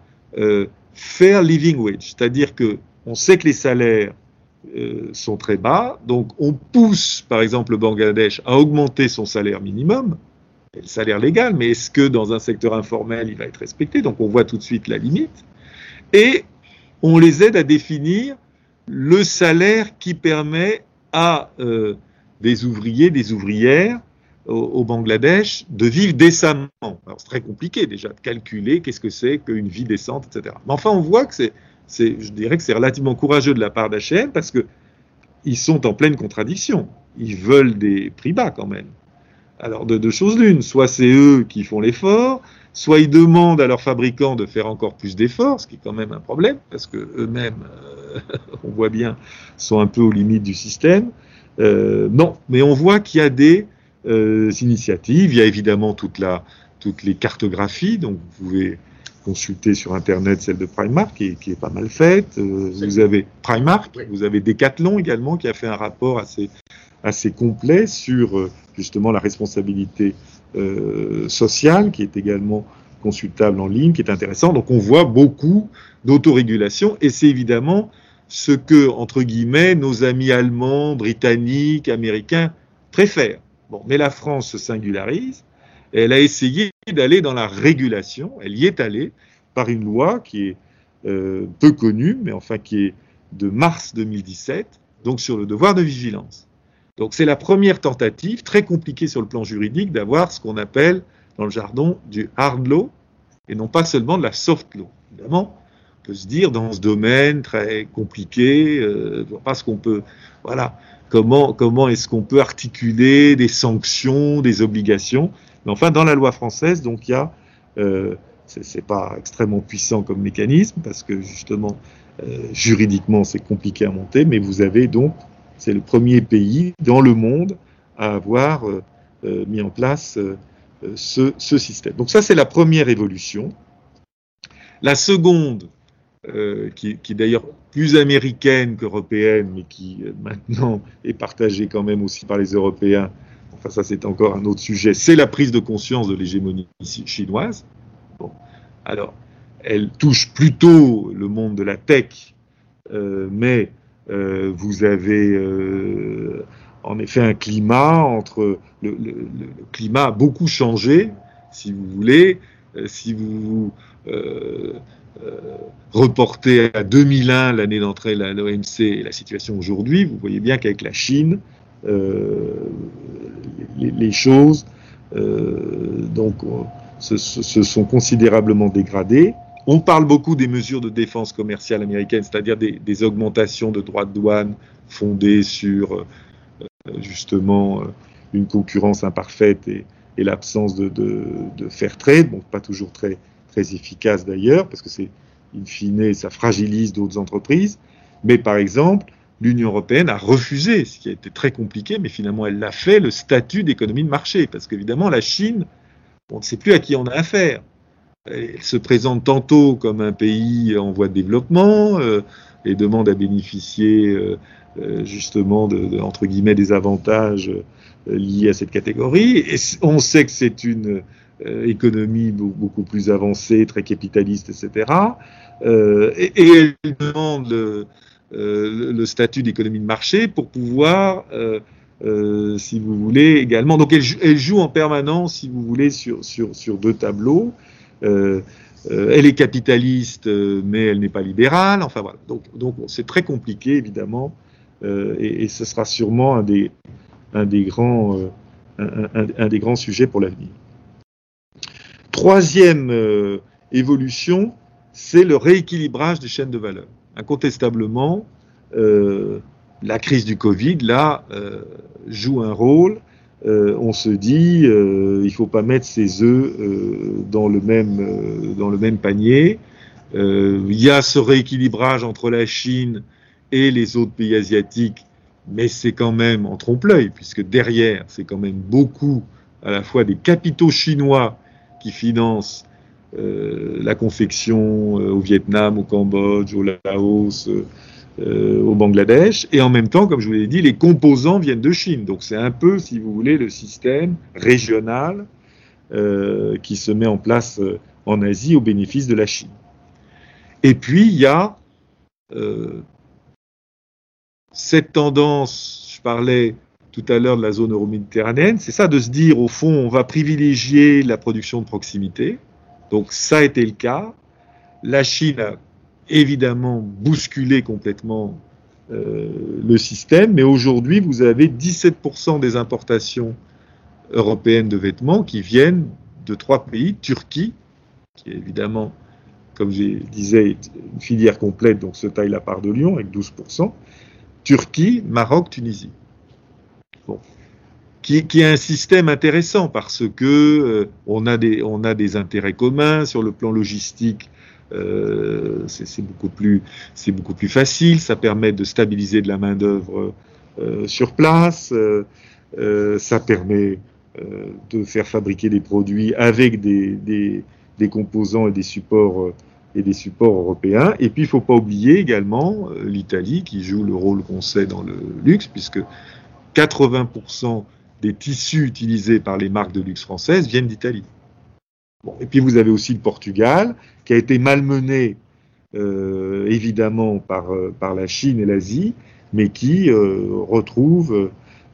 Speaker 2: fair living wage, c'est-à-dire qu'on sait que les salaires sont très bas, donc on pousse, par exemple, le Bangladesh à augmenter son salaire minimum, le salaire légal, mais est-ce que dans un secteur informel, il va être respecté? Donc on voit tout de suite la limite, et on les aide à définir le salaire qui permet à des ouvriers, des ouvrières au Bangladesh de vivre décemment. Alors c'est très compliqué déjà de calculer qu'est-ce que c'est qu'une vie décente, etc. Mais enfin on voit que je dirais que c'est relativement courageux de la part d'H&M parce qu'ils sont en pleine contradiction. Ils veulent des prix bas quand même. Alors de deux choses l'une, soit c'est eux qui font l'effort, soit ils demandent à leurs fabricants de faire encore plus d'efforts, ce qui est quand même un problème, parce qu'eux-mêmes, on voit bien, sont un peu aux limites du système. Non, mais on voit qu'il y a des initiatives. Il y a évidemment toutes les cartographies, donc vous pouvez consulter sur Internet celle de Primark, qui est pas mal faite. Vous avez Primark, oui. Vous avez Decathlon également, qui a fait un rapport assez complet sur justement la responsabilité sociale, qui est également consultable en ligne, qui est intéressant. Donc on voit beaucoup d'autorégulation, et c'est évidemment ce que, entre guillemets, nos amis allemands, britanniques, américains préfèrent. Bon, mais la France se singularise, et elle a essayé d'aller dans la régulation, elle y est allée par une loi qui est peu connue, mais enfin qui est de mars 2017, donc sur le devoir de vigilance. Donc c'est la première tentative, très compliquée sur le plan juridique, d'avoir ce qu'on appelle dans le jargon du hard law, et non pas seulement de la soft law. Évidemment, on peut se dire dans ce domaine très compliqué, parce qu'on peut, voilà, comment est-ce qu'on peut articuler des sanctions, des obligations. Mais enfin, dans la loi française, donc il y a, c'est pas extrêmement puissant comme mécanisme, parce que justement, juridiquement, c'est compliqué à monter, mais vous avez donc, c'est le premier pays dans le monde à avoir mis en place ce système. Donc ça, c'est la première évolution. La seconde, qui est d'ailleurs plus américaine qu'européenne, mais qui maintenant est partagée quand même aussi par les Européens, enfin ça c'est encore un autre sujet, c'est la prise de conscience de l'hégémonie chinoise. Bon. Alors, elle touche plutôt le monde de la tech, mais vous avez en effet un climat entre... Le climat a beaucoup changé, si vous voulez. Si vous reportez à 2001 l'année d'entrée à l'OMC et la situation aujourd'hui, vous voyez bien qu'avec la Chine, les choses donc, se sont considérablement dégradées. On parle beaucoup des mesures de défense commerciale américaines, c'est-à-dire des augmentations de droits de douane fondées sur justement une concurrence imparfaite et l'absence de fair trade, bon, pas toujours très efficace d'ailleurs, parce que c'est, in fine, ça fragilise d'autres entreprises. Mais par exemple, l'Union européenne a refusé, ce qui a été très compliqué, mais finalement elle l'a fait, le statut d'économie de marché, parce qu'évidemment la Chine, on ne sait plus à qui on a affaire. Elle se présente tantôt comme un pays en voie de développement et demande à bénéficier justement entre guillemets des avantages liés à cette catégorie. Et on sait que c'est une économie beaucoup plus avancée, très capitaliste, etc. Et elle demande le statut d'économie de marché pour pouvoir, si vous voulez, également. Donc elle joue en permanence, si vous voulez, sur deux tableaux. Elle est capitaliste, mais elle n'est pas libérale. Enfin voilà. Donc c'est très compliqué, évidemment, et ce sera sûrement un des grands sujets pour l'avenir. Troisième évolution, c'est le rééquilibrage des chaînes de valeur. Incontestablement, la crise du Covid, là, joue un rôle. On se dit, il ne faut pas mettre ses œufs dans le même panier. Il y a ce rééquilibrage entre la Chine et les autres pays asiatiques, mais c'est quand même en trompe-l'œil, puisque derrière, c'est quand même beaucoup, à la fois des capitaux chinois qui financent la confection au Vietnam, au Cambodge, au Laos, au Bangladesh, et en même temps, comme je vous l'ai dit, les composants viennent de Chine. Donc c'est un peu, si vous voulez, le système régional qui se met en place en Asie au bénéfice de la Chine. Et puis il y a cette tendance, je parlais tout à l'heure de la zone euro-méditerranéenne, c'est ça, de se dire, au fond, on va privilégier la production de proximité. Donc ça a été le cas. La Chine a évidemment bousculé complètement le système, mais aujourd'hui, vous avez 17% des importations européennes de vêtements qui viennent de 3 pays, Turquie, qui est évidemment, comme je disais, une filière complète, donc se taille la part de Lyon avec 12%, Turquie, Maroc, Tunisie. Bon. Qui est un système intéressant parce que on a des intérêts communs sur le plan logistique. C'est beaucoup plus facile. Ça permet de stabiliser de la main d'œuvre sur place. Ça permet de faire fabriquer des produits avec des composants et des supports européens. Et puis il ne faut pas oublier également l'Italie qui joue le rôle qu'on sait dans le luxe, puisque 80% des tissus utilisés par les marques de luxe françaises viennent d'Italie. Bon, et puis vous avez aussi le Portugal, qui a été malmené évidemment par la Chine et l'Asie, mais qui retrouve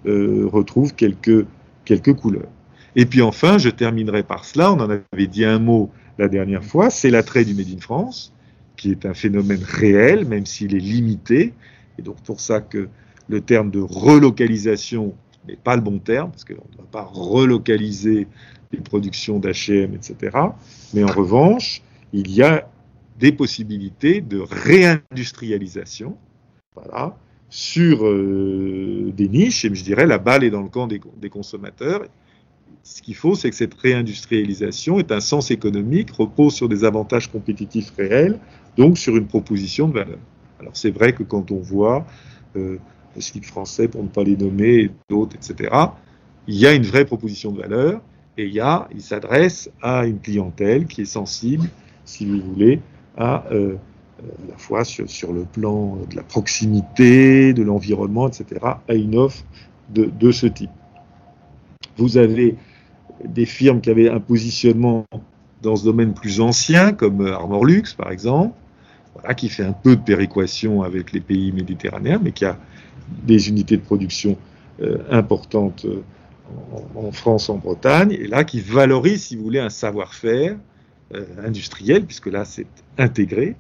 Speaker 2: quelques couleurs. Et puis enfin, je terminerai par cela, on en avait dit un mot la dernière fois, c'est l'attrait du Made in France, qui est un phénomène réel, même s'il est limité, et donc pour ça que le terme de relocalisation n'est pas le bon terme, parce qu'on ne va pas relocaliser les productions d'H&M, etc. Mais en revanche, il y a des possibilités de réindustrialisation, voilà, sur des niches, et je dirais la balle est dans le camp des consommateurs. Ce qu'il faut, c'est que cette réindustrialisation ait un sens économique, repose sur des avantages compétitifs réels, donc sur une proposition de valeur. Alors c'est vrai que quand on voit le slip français, pour ne pas les nommer, et d'autres, etc., il y a une vraie proposition de valeur, et il s'adresse à une clientèle qui est sensible, si vous voulez, à la fois sur le plan de la proximité, de l'environnement, etc., à une offre de ce type. Vous avez des firmes qui avaient un positionnement dans ce domaine plus ancien, comme Armorlux, par exemple, voilà, qui fait un peu de péréquation avec les pays méditerranéens, mais qui a des unités de production importantes en France, en Bretagne, et là qui valorise, si vous voulez, un savoir-faire industriel, puisque là c'est intégré,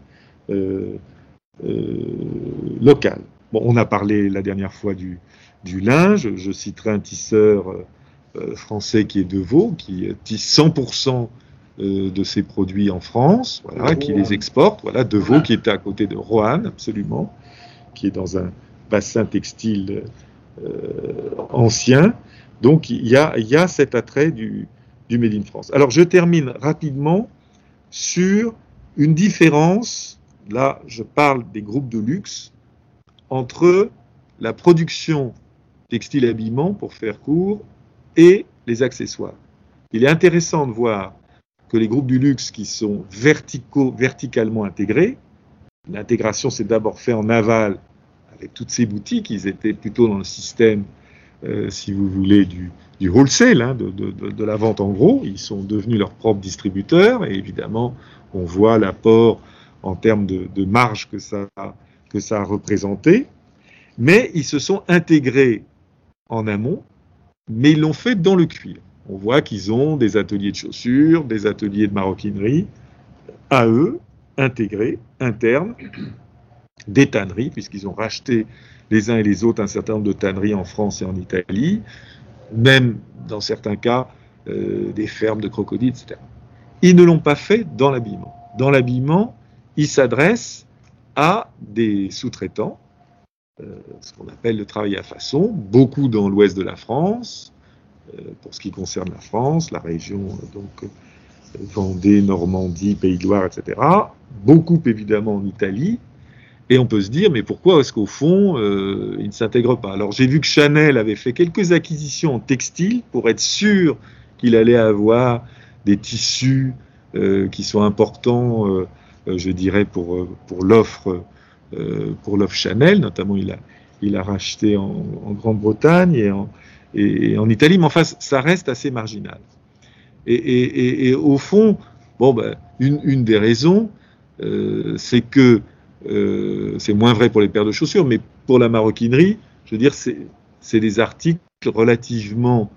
Speaker 2: local. Bon, on a parlé la dernière fois du linge, je citerai un tisseur français qui est Devaux, qui tisse 100% de ses produits en France, voilà, qui les exporte, voilà, Devaux qui était à côté de Roanne, absolument, qui est dans un bassin textile ancien. Donc il y a cet attrait du Made in France. Alors je termine rapidement sur une différence, là je parle des groupes de luxe, entre la production textile-habillement, pour faire court, et les accessoires. Il est intéressant de voir que les groupes du luxe qui sont verticalement intégrés, l'intégration s'est d'abord faite en aval avec toutes ces boutiques, ils étaient plutôt dans le système, si vous voulez, du wholesale, hein, de la vente en gros, ils sont devenus leurs propres distributeurs, et évidemment, on voit l'apport en termes de marge que que ça a représenté, mais ils se sont intégrés en amont, mais ils l'ont fait dans le cuir. On voit qu'ils ont des ateliers de chaussures, des ateliers de maroquinerie, à eux, intégrés, internes, des tanneries, puisqu'ils ont racheté les uns et les autres un certain nombre de tanneries en France et en Italie, même dans certains cas des fermes de crocodiles, etc. Ils ne l'ont pas fait dans l'habillement. Dans l'habillement, ils s'adressent à des sous-traitants, ce qu'on appelle le travail à façon, beaucoup dans l'ouest de la France, pour ce qui concerne la France, la région donc Vendée, Normandie, Pays de Loire, etc. Beaucoup évidemment en Italie. Et on peut se dire, mais pourquoi est-ce qu'au fond, ils ne s'intègrent pas? Alors j'ai vu que Chanel avait fait quelques acquisitions en textile pour être sûr qu'il allait avoir des tissus qui sont importants, je dirais, pour l'offre Chanel. Notamment, il a racheté en Grande-Bretagne et en Italie, mais enfin, ça reste assez marginal. Et au fond, une des raisons, c'est que c'est moins vrai pour les paires de chaussures, mais pour la maroquinerie, je veux dire, c'est des articles relativement,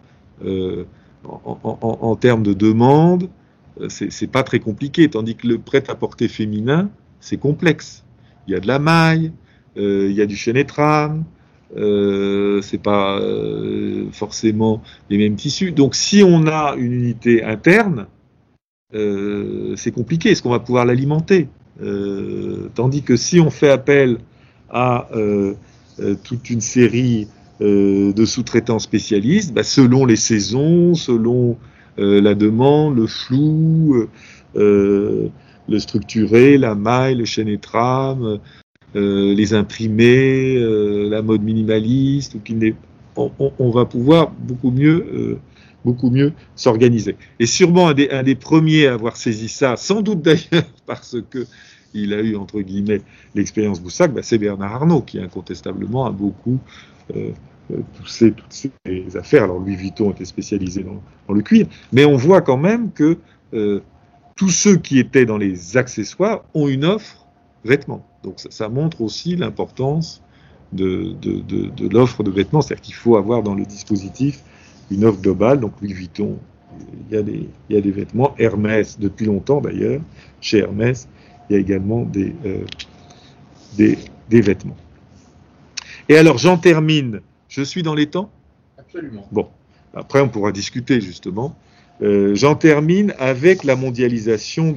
Speaker 2: en termes de demande, c'est pas très compliqué, tandis que le prêt-à-porter féminin, c'est complexe. Il y a de la maille, il y a du chêne et trame, c'est pas forcément les mêmes tissus. Donc si on a une unité interne, c'est compliqué. Est-ce qu'on va pouvoir l'alimenter? Tandis que si on fait appel à toute une série de sous-traitants spécialistes, selon les saisons, selon la demande, le flou, le structuré, la maille, le chêne et trame, les imprimés, la mode minimaliste, on va pouvoir beaucoup mieux s'organiser. Et sûrement un des premiers à avoir saisi ça, sans doute d'ailleurs parce que il a eu entre guillemets l'expérience Boussac, c'est Bernard Arnault qui incontestablement a beaucoup poussé toutes ces affaires. Alors Louis Vuitton était spécialisé dans le cuir, mais on voit quand même que tous ceux qui étaient dans les accessoires ont une offre vêtements. Donc ça montre aussi l'importance de l'offre de vêtements, c'est-à-dire qu'il faut avoir dans le dispositif une offre globale. Donc Louis Vuitton, il y a des vêtements, Hermès depuis longtemps d'ailleurs, chez Hermès, il y a également des vêtements. Et alors j'en termine, je suis dans les temps?
Speaker 1: Absolument.
Speaker 2: Bon, après on pourra discuter justement. J'en termine avec la mondialisation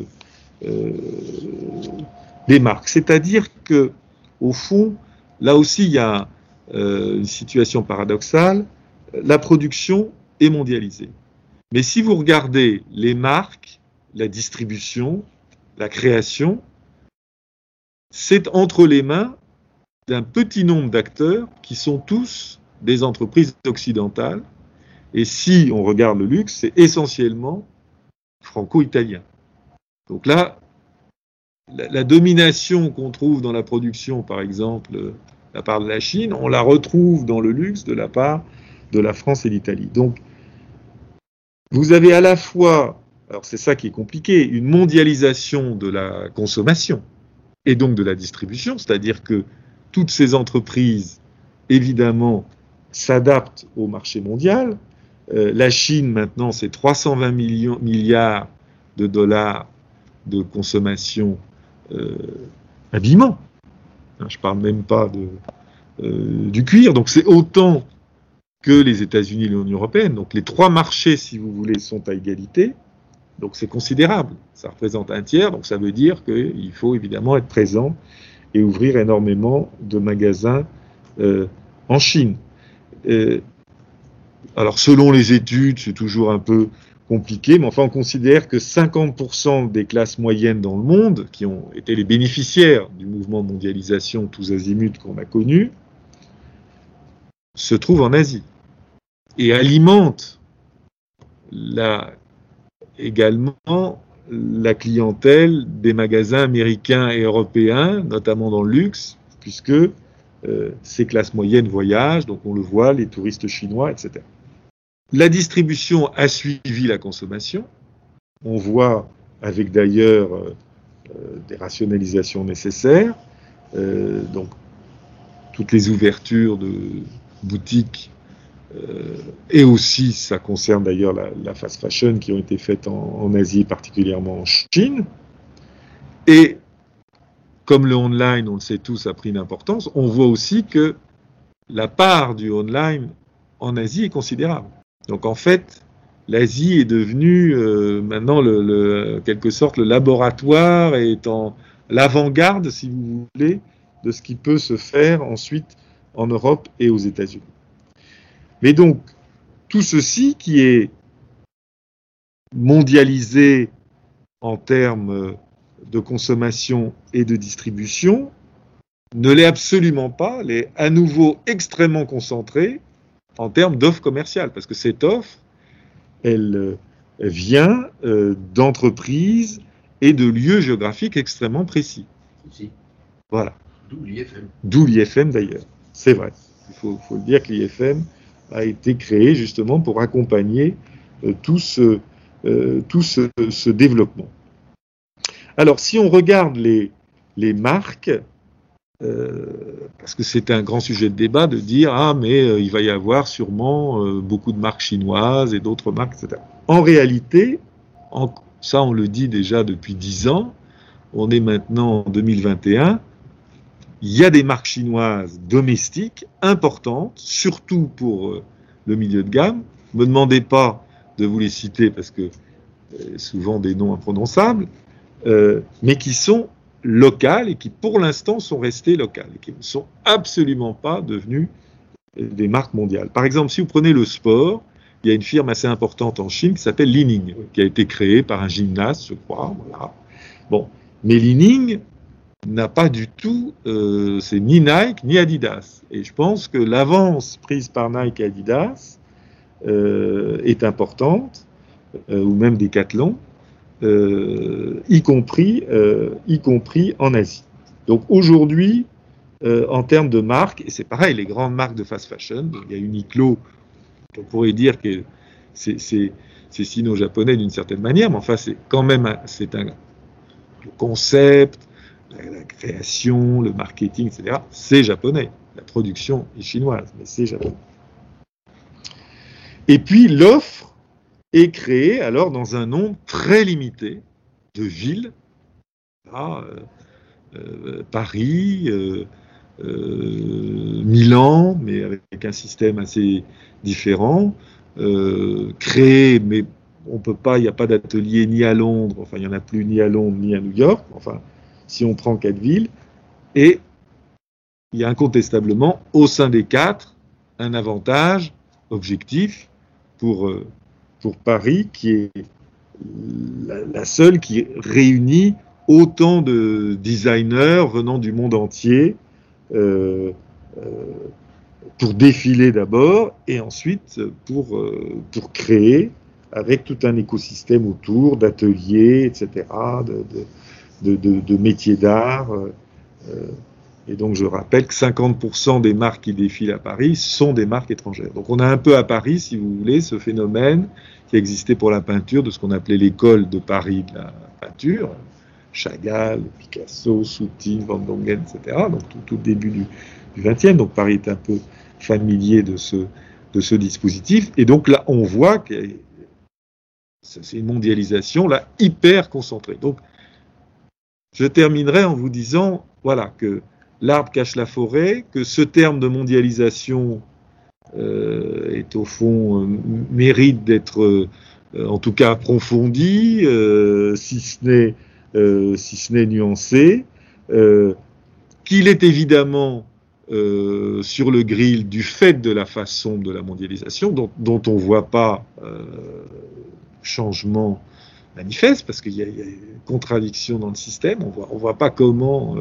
Speaker 2: des marques. C'est-à-dire que, au fond, là aussi, il y a une situation paradoxale. La production est mondialisée. Mais si vous regardez les marques, la distribution, la création, c'est entre les mains d'un petit nombre d'acteurs qui sont tous des entreprises occidentales. Et si on regarde le luxe, c'est essentiellement franco-italien. Donc là, la domination qu'on trouve dans la production, par exemple, de la part de la Chine, on la retrouve dans le luxe de la part de la France et l'Italie. Donc, vous avez à la fois, alors c'est ça qui est compliqué, une mondialisation de la consommation et donc de la distribution, c'est-à-dire que toutes ces entreprises, évidemment, s'adaptent au marché mondial. La Chine, maintenant, c'est 320 milliards de dollars de consommation habillement. Je ne parle même pas du cuir. Donc c'est autant que les États-Unis et l'Union européenne. Donc les trois marchés, si vous voulez, sont à égalité. Donc c'est considérable. Ça représente un tiers. Donc ça veut dire qu'il faut évidemment être présent et ouvrir énormément de magasins en Chine. Alors selon les études, c'est toujours un peu compliqué, mais enfin on considère que 50% des classes moyennes dans le monde, qui ont été les bénéficiaires du mouvement de mondialisation tous azimuts qu'on a connu, se trouvent en Asie et alimentent également la clientèle des magasins américains et européens, notamment dans le luxe, puisque ces classes moyennes voyagent, donc on le voit, les touristes chinois, etc. La distribution a suivi la consommation. On voit, avec d'ailleurs des rationalisations nécessaires, donc toutes les ouvertures de boutiques, et aussi, ça concerne d'ailleurs la fast fashion qui ont été faites en Asie, particulièrement en Chine. Et comme le online, on le sait tous, a pris une importance, on voit aussi que la part du online en Asie est considérable. Donc en fait, l'Asie est devenue maintenant, quelque sorte, le laboratoire, étant l'avant-garde, si vous voulez, de ce qui peut se faire ensuite en Europe et aux États-Unis. Mais donc, tout ceci qui est mondialisé en termes de consommation et de distribution ne l'est absolument pas, l'est à nouveau extrêmement concentré en termes d'offre commerciale, parce que cette offre, elle vient d'entreprises et de lieux géographiques extrêmement précis. Voilà.
Speaker 1: D'où l'IFM.
Speaker 2: D'où l'IFM d'ailleurs, c'est vrai. Il faut le dire que l'IFM a été créé justement pour accompagner tout ce développement. Alors, si on regarde les marques, parce que c'est un grand sujet de débat de dire « Ah, mais il va y avoir sûrement beaucoup de marques chinoises et d'autres marques, etc. » En réalité, ça on le dit déjà depuis 10 ans, on est maintenant en 2021, il y a des marques chinoises domestiques importantes, surtout pour le milieu de gamme. Ne me demandez pas de vous les citer parce que souvent des noms imprononçables, mais qui sont locales et qui pour l'instant sont restées locales et qui ne sont absolument pas devenues des marques mondiales. Par exemple, si vous prenez le sport, il y a une firme assez importante en Chine qui s'appelle Li-Ning, qui a été créée par un gymnaste, je crois. Voilà. Bon, mais Li-Ning n'a pas du tout, c'est ni Nike ni Adidas. Et je pense que l'avance prise par Nike et Adidas est importante, ou même Decathlon, y compris en Asie. Donc aujourd'hui, en termes de marques, et c'est pareil, les grandes marques de fast fashion, il y a Uniqlo, on pourrait dire que c'est sino-japonais d'une certaine manière, mais enfin c'est quand même le concept, la création, le marketing, etc., c'est japonais. La production est chinoise, mais c'est japonais. Et puis l'offre est créée alors dans un nombre très limité de villes, Paris, Milan, mais avec un système assez différent, créé, mais on peut pas, il n'y a pas d'atelier ni à Londres, enfin il n'y en a plus ni à Londres ni à New York, enfin si on prend 4 villes, et il y a incontestablement au sein des 4 un avantage objectif pour Paris, qui est la seule qui réunit autant de designers venant du monde entier pour défiler d'abord et ensuite pour créer avec tout un écosystème autour d'ateliers, etc., de métiers d'art. Et donc je rappelle que 50% des marques qui défilent à Paris sont des marques étrangères. Donc on a un peu à Paris, si vous voulez, ce phénomène qui existait pour la peinture, de ce qu'on appelait l'école de Paris de la peinture, Chagall, Picasso, Soutine, Van Dongen, etc. Donc tout le début du XXe. Donc Paris est un peu familier de ce dispositif. Et donc là, on voit que c'est une mondialisation là hyper concentrée. Donc je terminerai en vous disant, voilà, que l'arbre cache la forêt, que ce terme de mondialisation est au fond mérite d'être en tout cas approfondi, si ce n'est nuancé, qu'il est évidemment sur le grill du fait de la façon de la mondialisation, dont on ne voit pas changement manifeste, parce qu'il y a une contradiction dans le système, on voit pas comment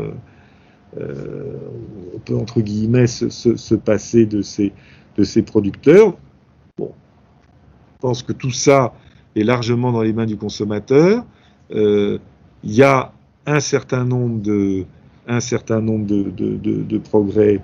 Speaker 2: on peut, entre guillemets, se passer de ces producteurs. Bon, je pense que tout ça est largement dans les mains du consommateur. Il y a un certain nombre de progrès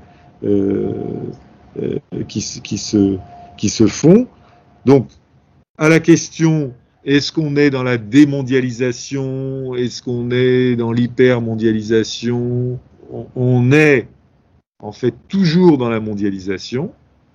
Speaker 2: qui se font. Donc, à la question, est-ce qu'on est dans la démondialisation? Est-ce qu'on est dans l'hypermondialisation? on est en fait toujours dans la mondialisation.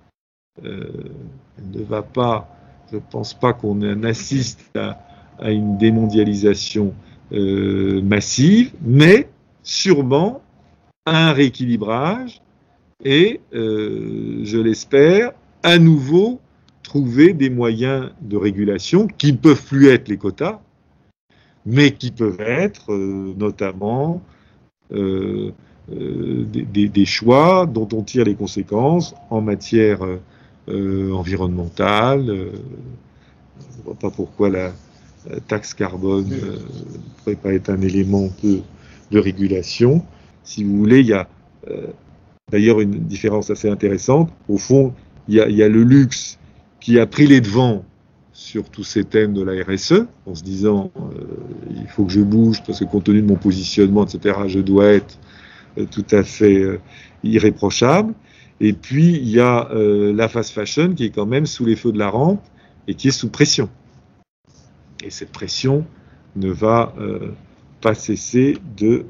Speaker 2: Elle ne va pas, je ne pense pas qu'on assiste à une démondialisation massive, mais sûrement un rééquilibrage et, je l'espère, à nouveau trouver des moyens de régulation qui ne peuvent plus être les quotas, mais qui peuvent être notamment des choix dont on tire les conséquences en matière environnementale. Je ne vois pas pourquoi la taxe carbone ne pourrait pas être un élément de régulation. Si vous voulez, il y a d'ailleurs une différence assez intéressante. Au fond, il y a le luxe qui a pris les devants sur tous ces thèmes de la RSE, en se disant il faut que je bouge parce que compte tenu de mon positionnement, etc., je dois être tout à fait irréprochable. Et puis, il y a la fast fashion qui est quand même sous les feux de la rampe et qui est sous pression. Et cette pression ne va pas cesser de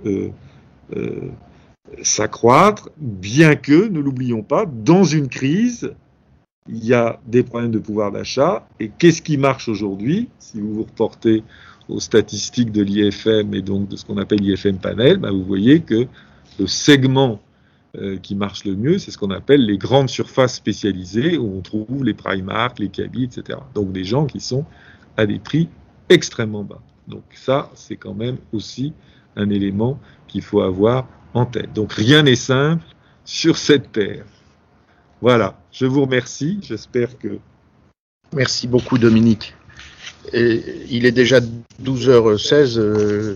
Speaker 2: s'accroître, bien que, ne l'oublions pas, dans une crise, il y a des problèmes de pouvoir d'achat. Et qu'est-ce qui marche aujourd'hui? Si vous vous reportez aux statistiques de l'IFM et donc de ce qu'on appelle l'IFM Panel, vous voyez que le segment qui marche le mieux, c'est ce qu'on appelle les grandes surfaces spécialisées, où on trouve les Primark, les Kaby, etc. Donc des gens qui sont à des prix extrêmement bas. Donc ça, c'est quand même aussi un élément qu'il faut avoir en tête. Donc rien n'est simple sur cette terre. Voilà, je vous remercie, j'espère que...
Speaker 1: Merci beaucoup Dominique. Et il est déjà 12h16,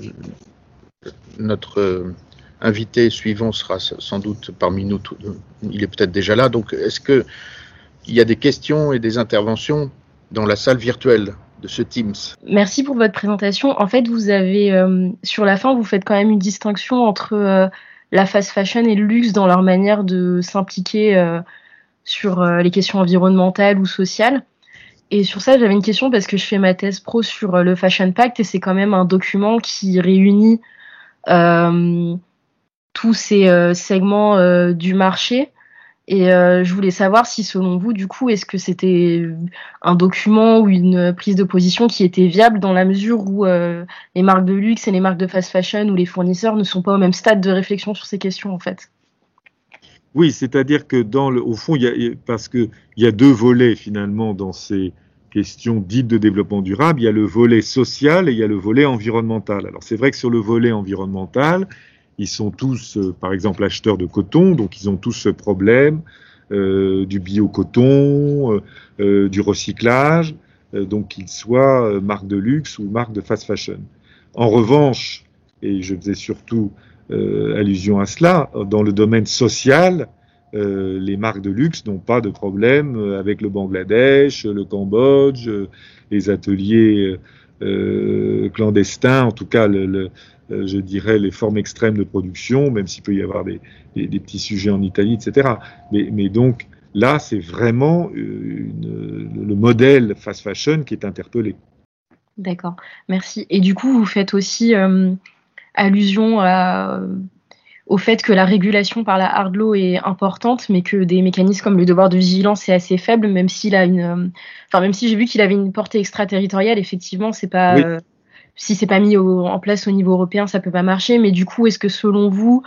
Speaker 1: notre invité suivant sera sans doute parmi nous, il est peut-être déjà là, donc est-ce qu'il y a des questions et des interventions dans la salle virtuelle de ce Teams?
Speaker 3: Merci pour votre présentation. En fait, vous avez, sur la fin, vous faites quand même une distinction entre la fast fashion et le luxe dans leur manière de s'impliquer sur les questions environnementales ou sociales. Et sur ça, j'avais une question parce que je fais ma thèse pro sur le Fashion Pact et c'est quand même un document qui réunit tous ces segments du marché. Et je voulais savoir si, selon vous, du coup, est-ce que c'était un document ou une prise de position qui était viable dans la mesure où les marques de luxe et les marques de fast fashion ou les fournisseurs ne sont pas au même stade de réflexion sur ces questions, en fait?
Speaker 2: Oui, c'est-à-dire que au fond, parce qu'il y a deux volets finalement dans ces questions dites de développement durable. Il y a le volet social et il y a le volet environnemental. Alors c'est vrai que sur le volet environnemental, ils sont tous, par exemple, acheteurs de coton, donc ils ont tous ce problème du bio-coton, du recyclage, donc qu'ils soient marque de luxe ou marque de fast fashion. En revanche, et je faisais surtout allusion à cela, dans le domaine social, les marques de luxe n'ont pas de problème avec le Bangladesh, le Cambodge, les ateliers clandestins, en tout cas je dirais les formes extrêmes de production, même s'il peut y avoir des petits sujets en Italie, etc. Mais donc là, c'est vraiment le modèle fast fashion qui est interpellé.
Speaker 3: D'accord, merci. Et du coup, vous faites aussi allusion au fait que la régulation par la hard law est importante, mais que des mécanismes comme le devoir de vigilance est assez faible, même s'il a même si j'ai vu qu'il avait une portée extraterritoriale, effectivement, c'est pas,
Speaker 2: oui.
Speaker 3: Si c'est pas mis en place au niveau européen, ça peut pas marcher. Mais du coup, est-ce que selon vous,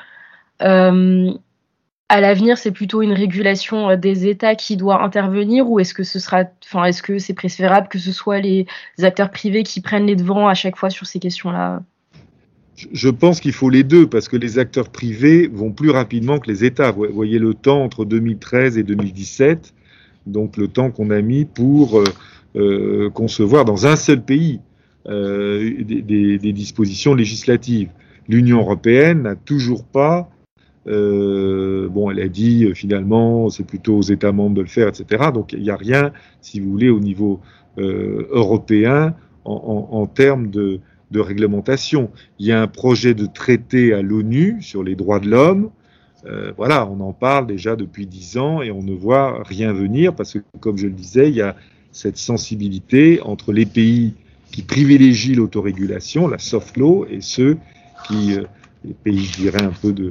Speaker 3: à l'avenir, c'est plutôt une régulation des États qui doit intervenir, ou est-ce que est-ce que c'est préférable que ce soit les acteurs privés qui prennent les devants à chaque fois sur ces questions-là?
Speaker 2: Je pense qu'il faut les deux, parce que les acteurs privés vont plus rapidement que les États. Vous voyez le temps entre 2013 et 2017, donc le temps qu'on a mis pour concevoir dans un seul pays des dispositions législatives. L'Union européenne n'a toujours pas... elle a dit finalement c'est plutôt aux États membres de le faire, etc. Donc il n'y a rien, si vous voulez, au niveau européen en termes de réglementation. Il y a un projet de traité à l'ONU sur les droits de l'homme. On en parle déjà depuis 10 ans et on ne voit rien venir parce que, comme je le disais, il y a cette sensibilité entre les pays qui privilégient l'autorégulation, la soft law, et ceux qui, les pays, je dirais, un peu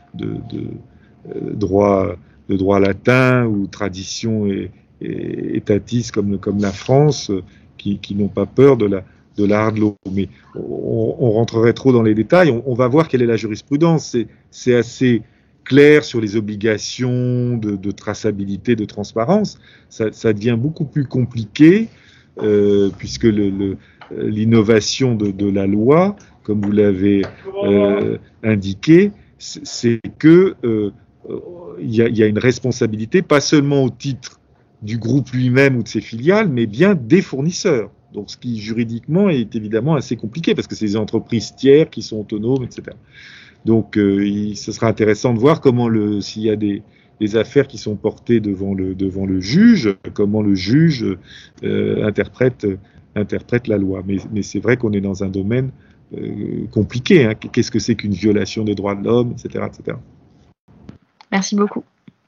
Speaker 2: droit latin ou tradition étatiste comme la France, qui n'ont pas peur de la hard law. Mais on rentrerait trop dans les détails. On va voir quelle est la jurisprudence. C'est assez clair sur les obligations de traçabilité, de transparence. Ça devient beaucoup plus compliqué puisque l'innovation de la loi, comme vous l'avez indiqué, c'est que il y a une responsabilité, pas seulement au titre du groupe lui-même ou de ses filiales, mais bien des fournisseurs. Donc, ce qui juridiquement est évidemment assez compliqué, parce que c'est des entreprises tiers qui sont autonomes, etc. Donc, ce sera intéressant de voir comment s'il y a des affaires qui sont portées devant le juge, comment le juge interprète la loi. Mais c'est vrai qu'on est dans un domaine compliqué. Hein. Qu'est-ce que c'est qu'une violation des droits de l'homme, etc., etc.
Speaker 3: Merci beaucoup.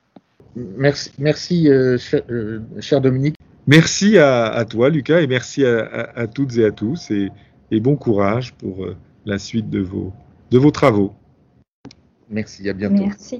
Speaker 1: Merci cher Dominique.
Speaker 2: Merci à toi, Lucas, et merci à toutes et à tous, et bon courage pour la suite de vos travaux.
Speaker 1: Merci, à bientôt.
Speaker 4: Merci.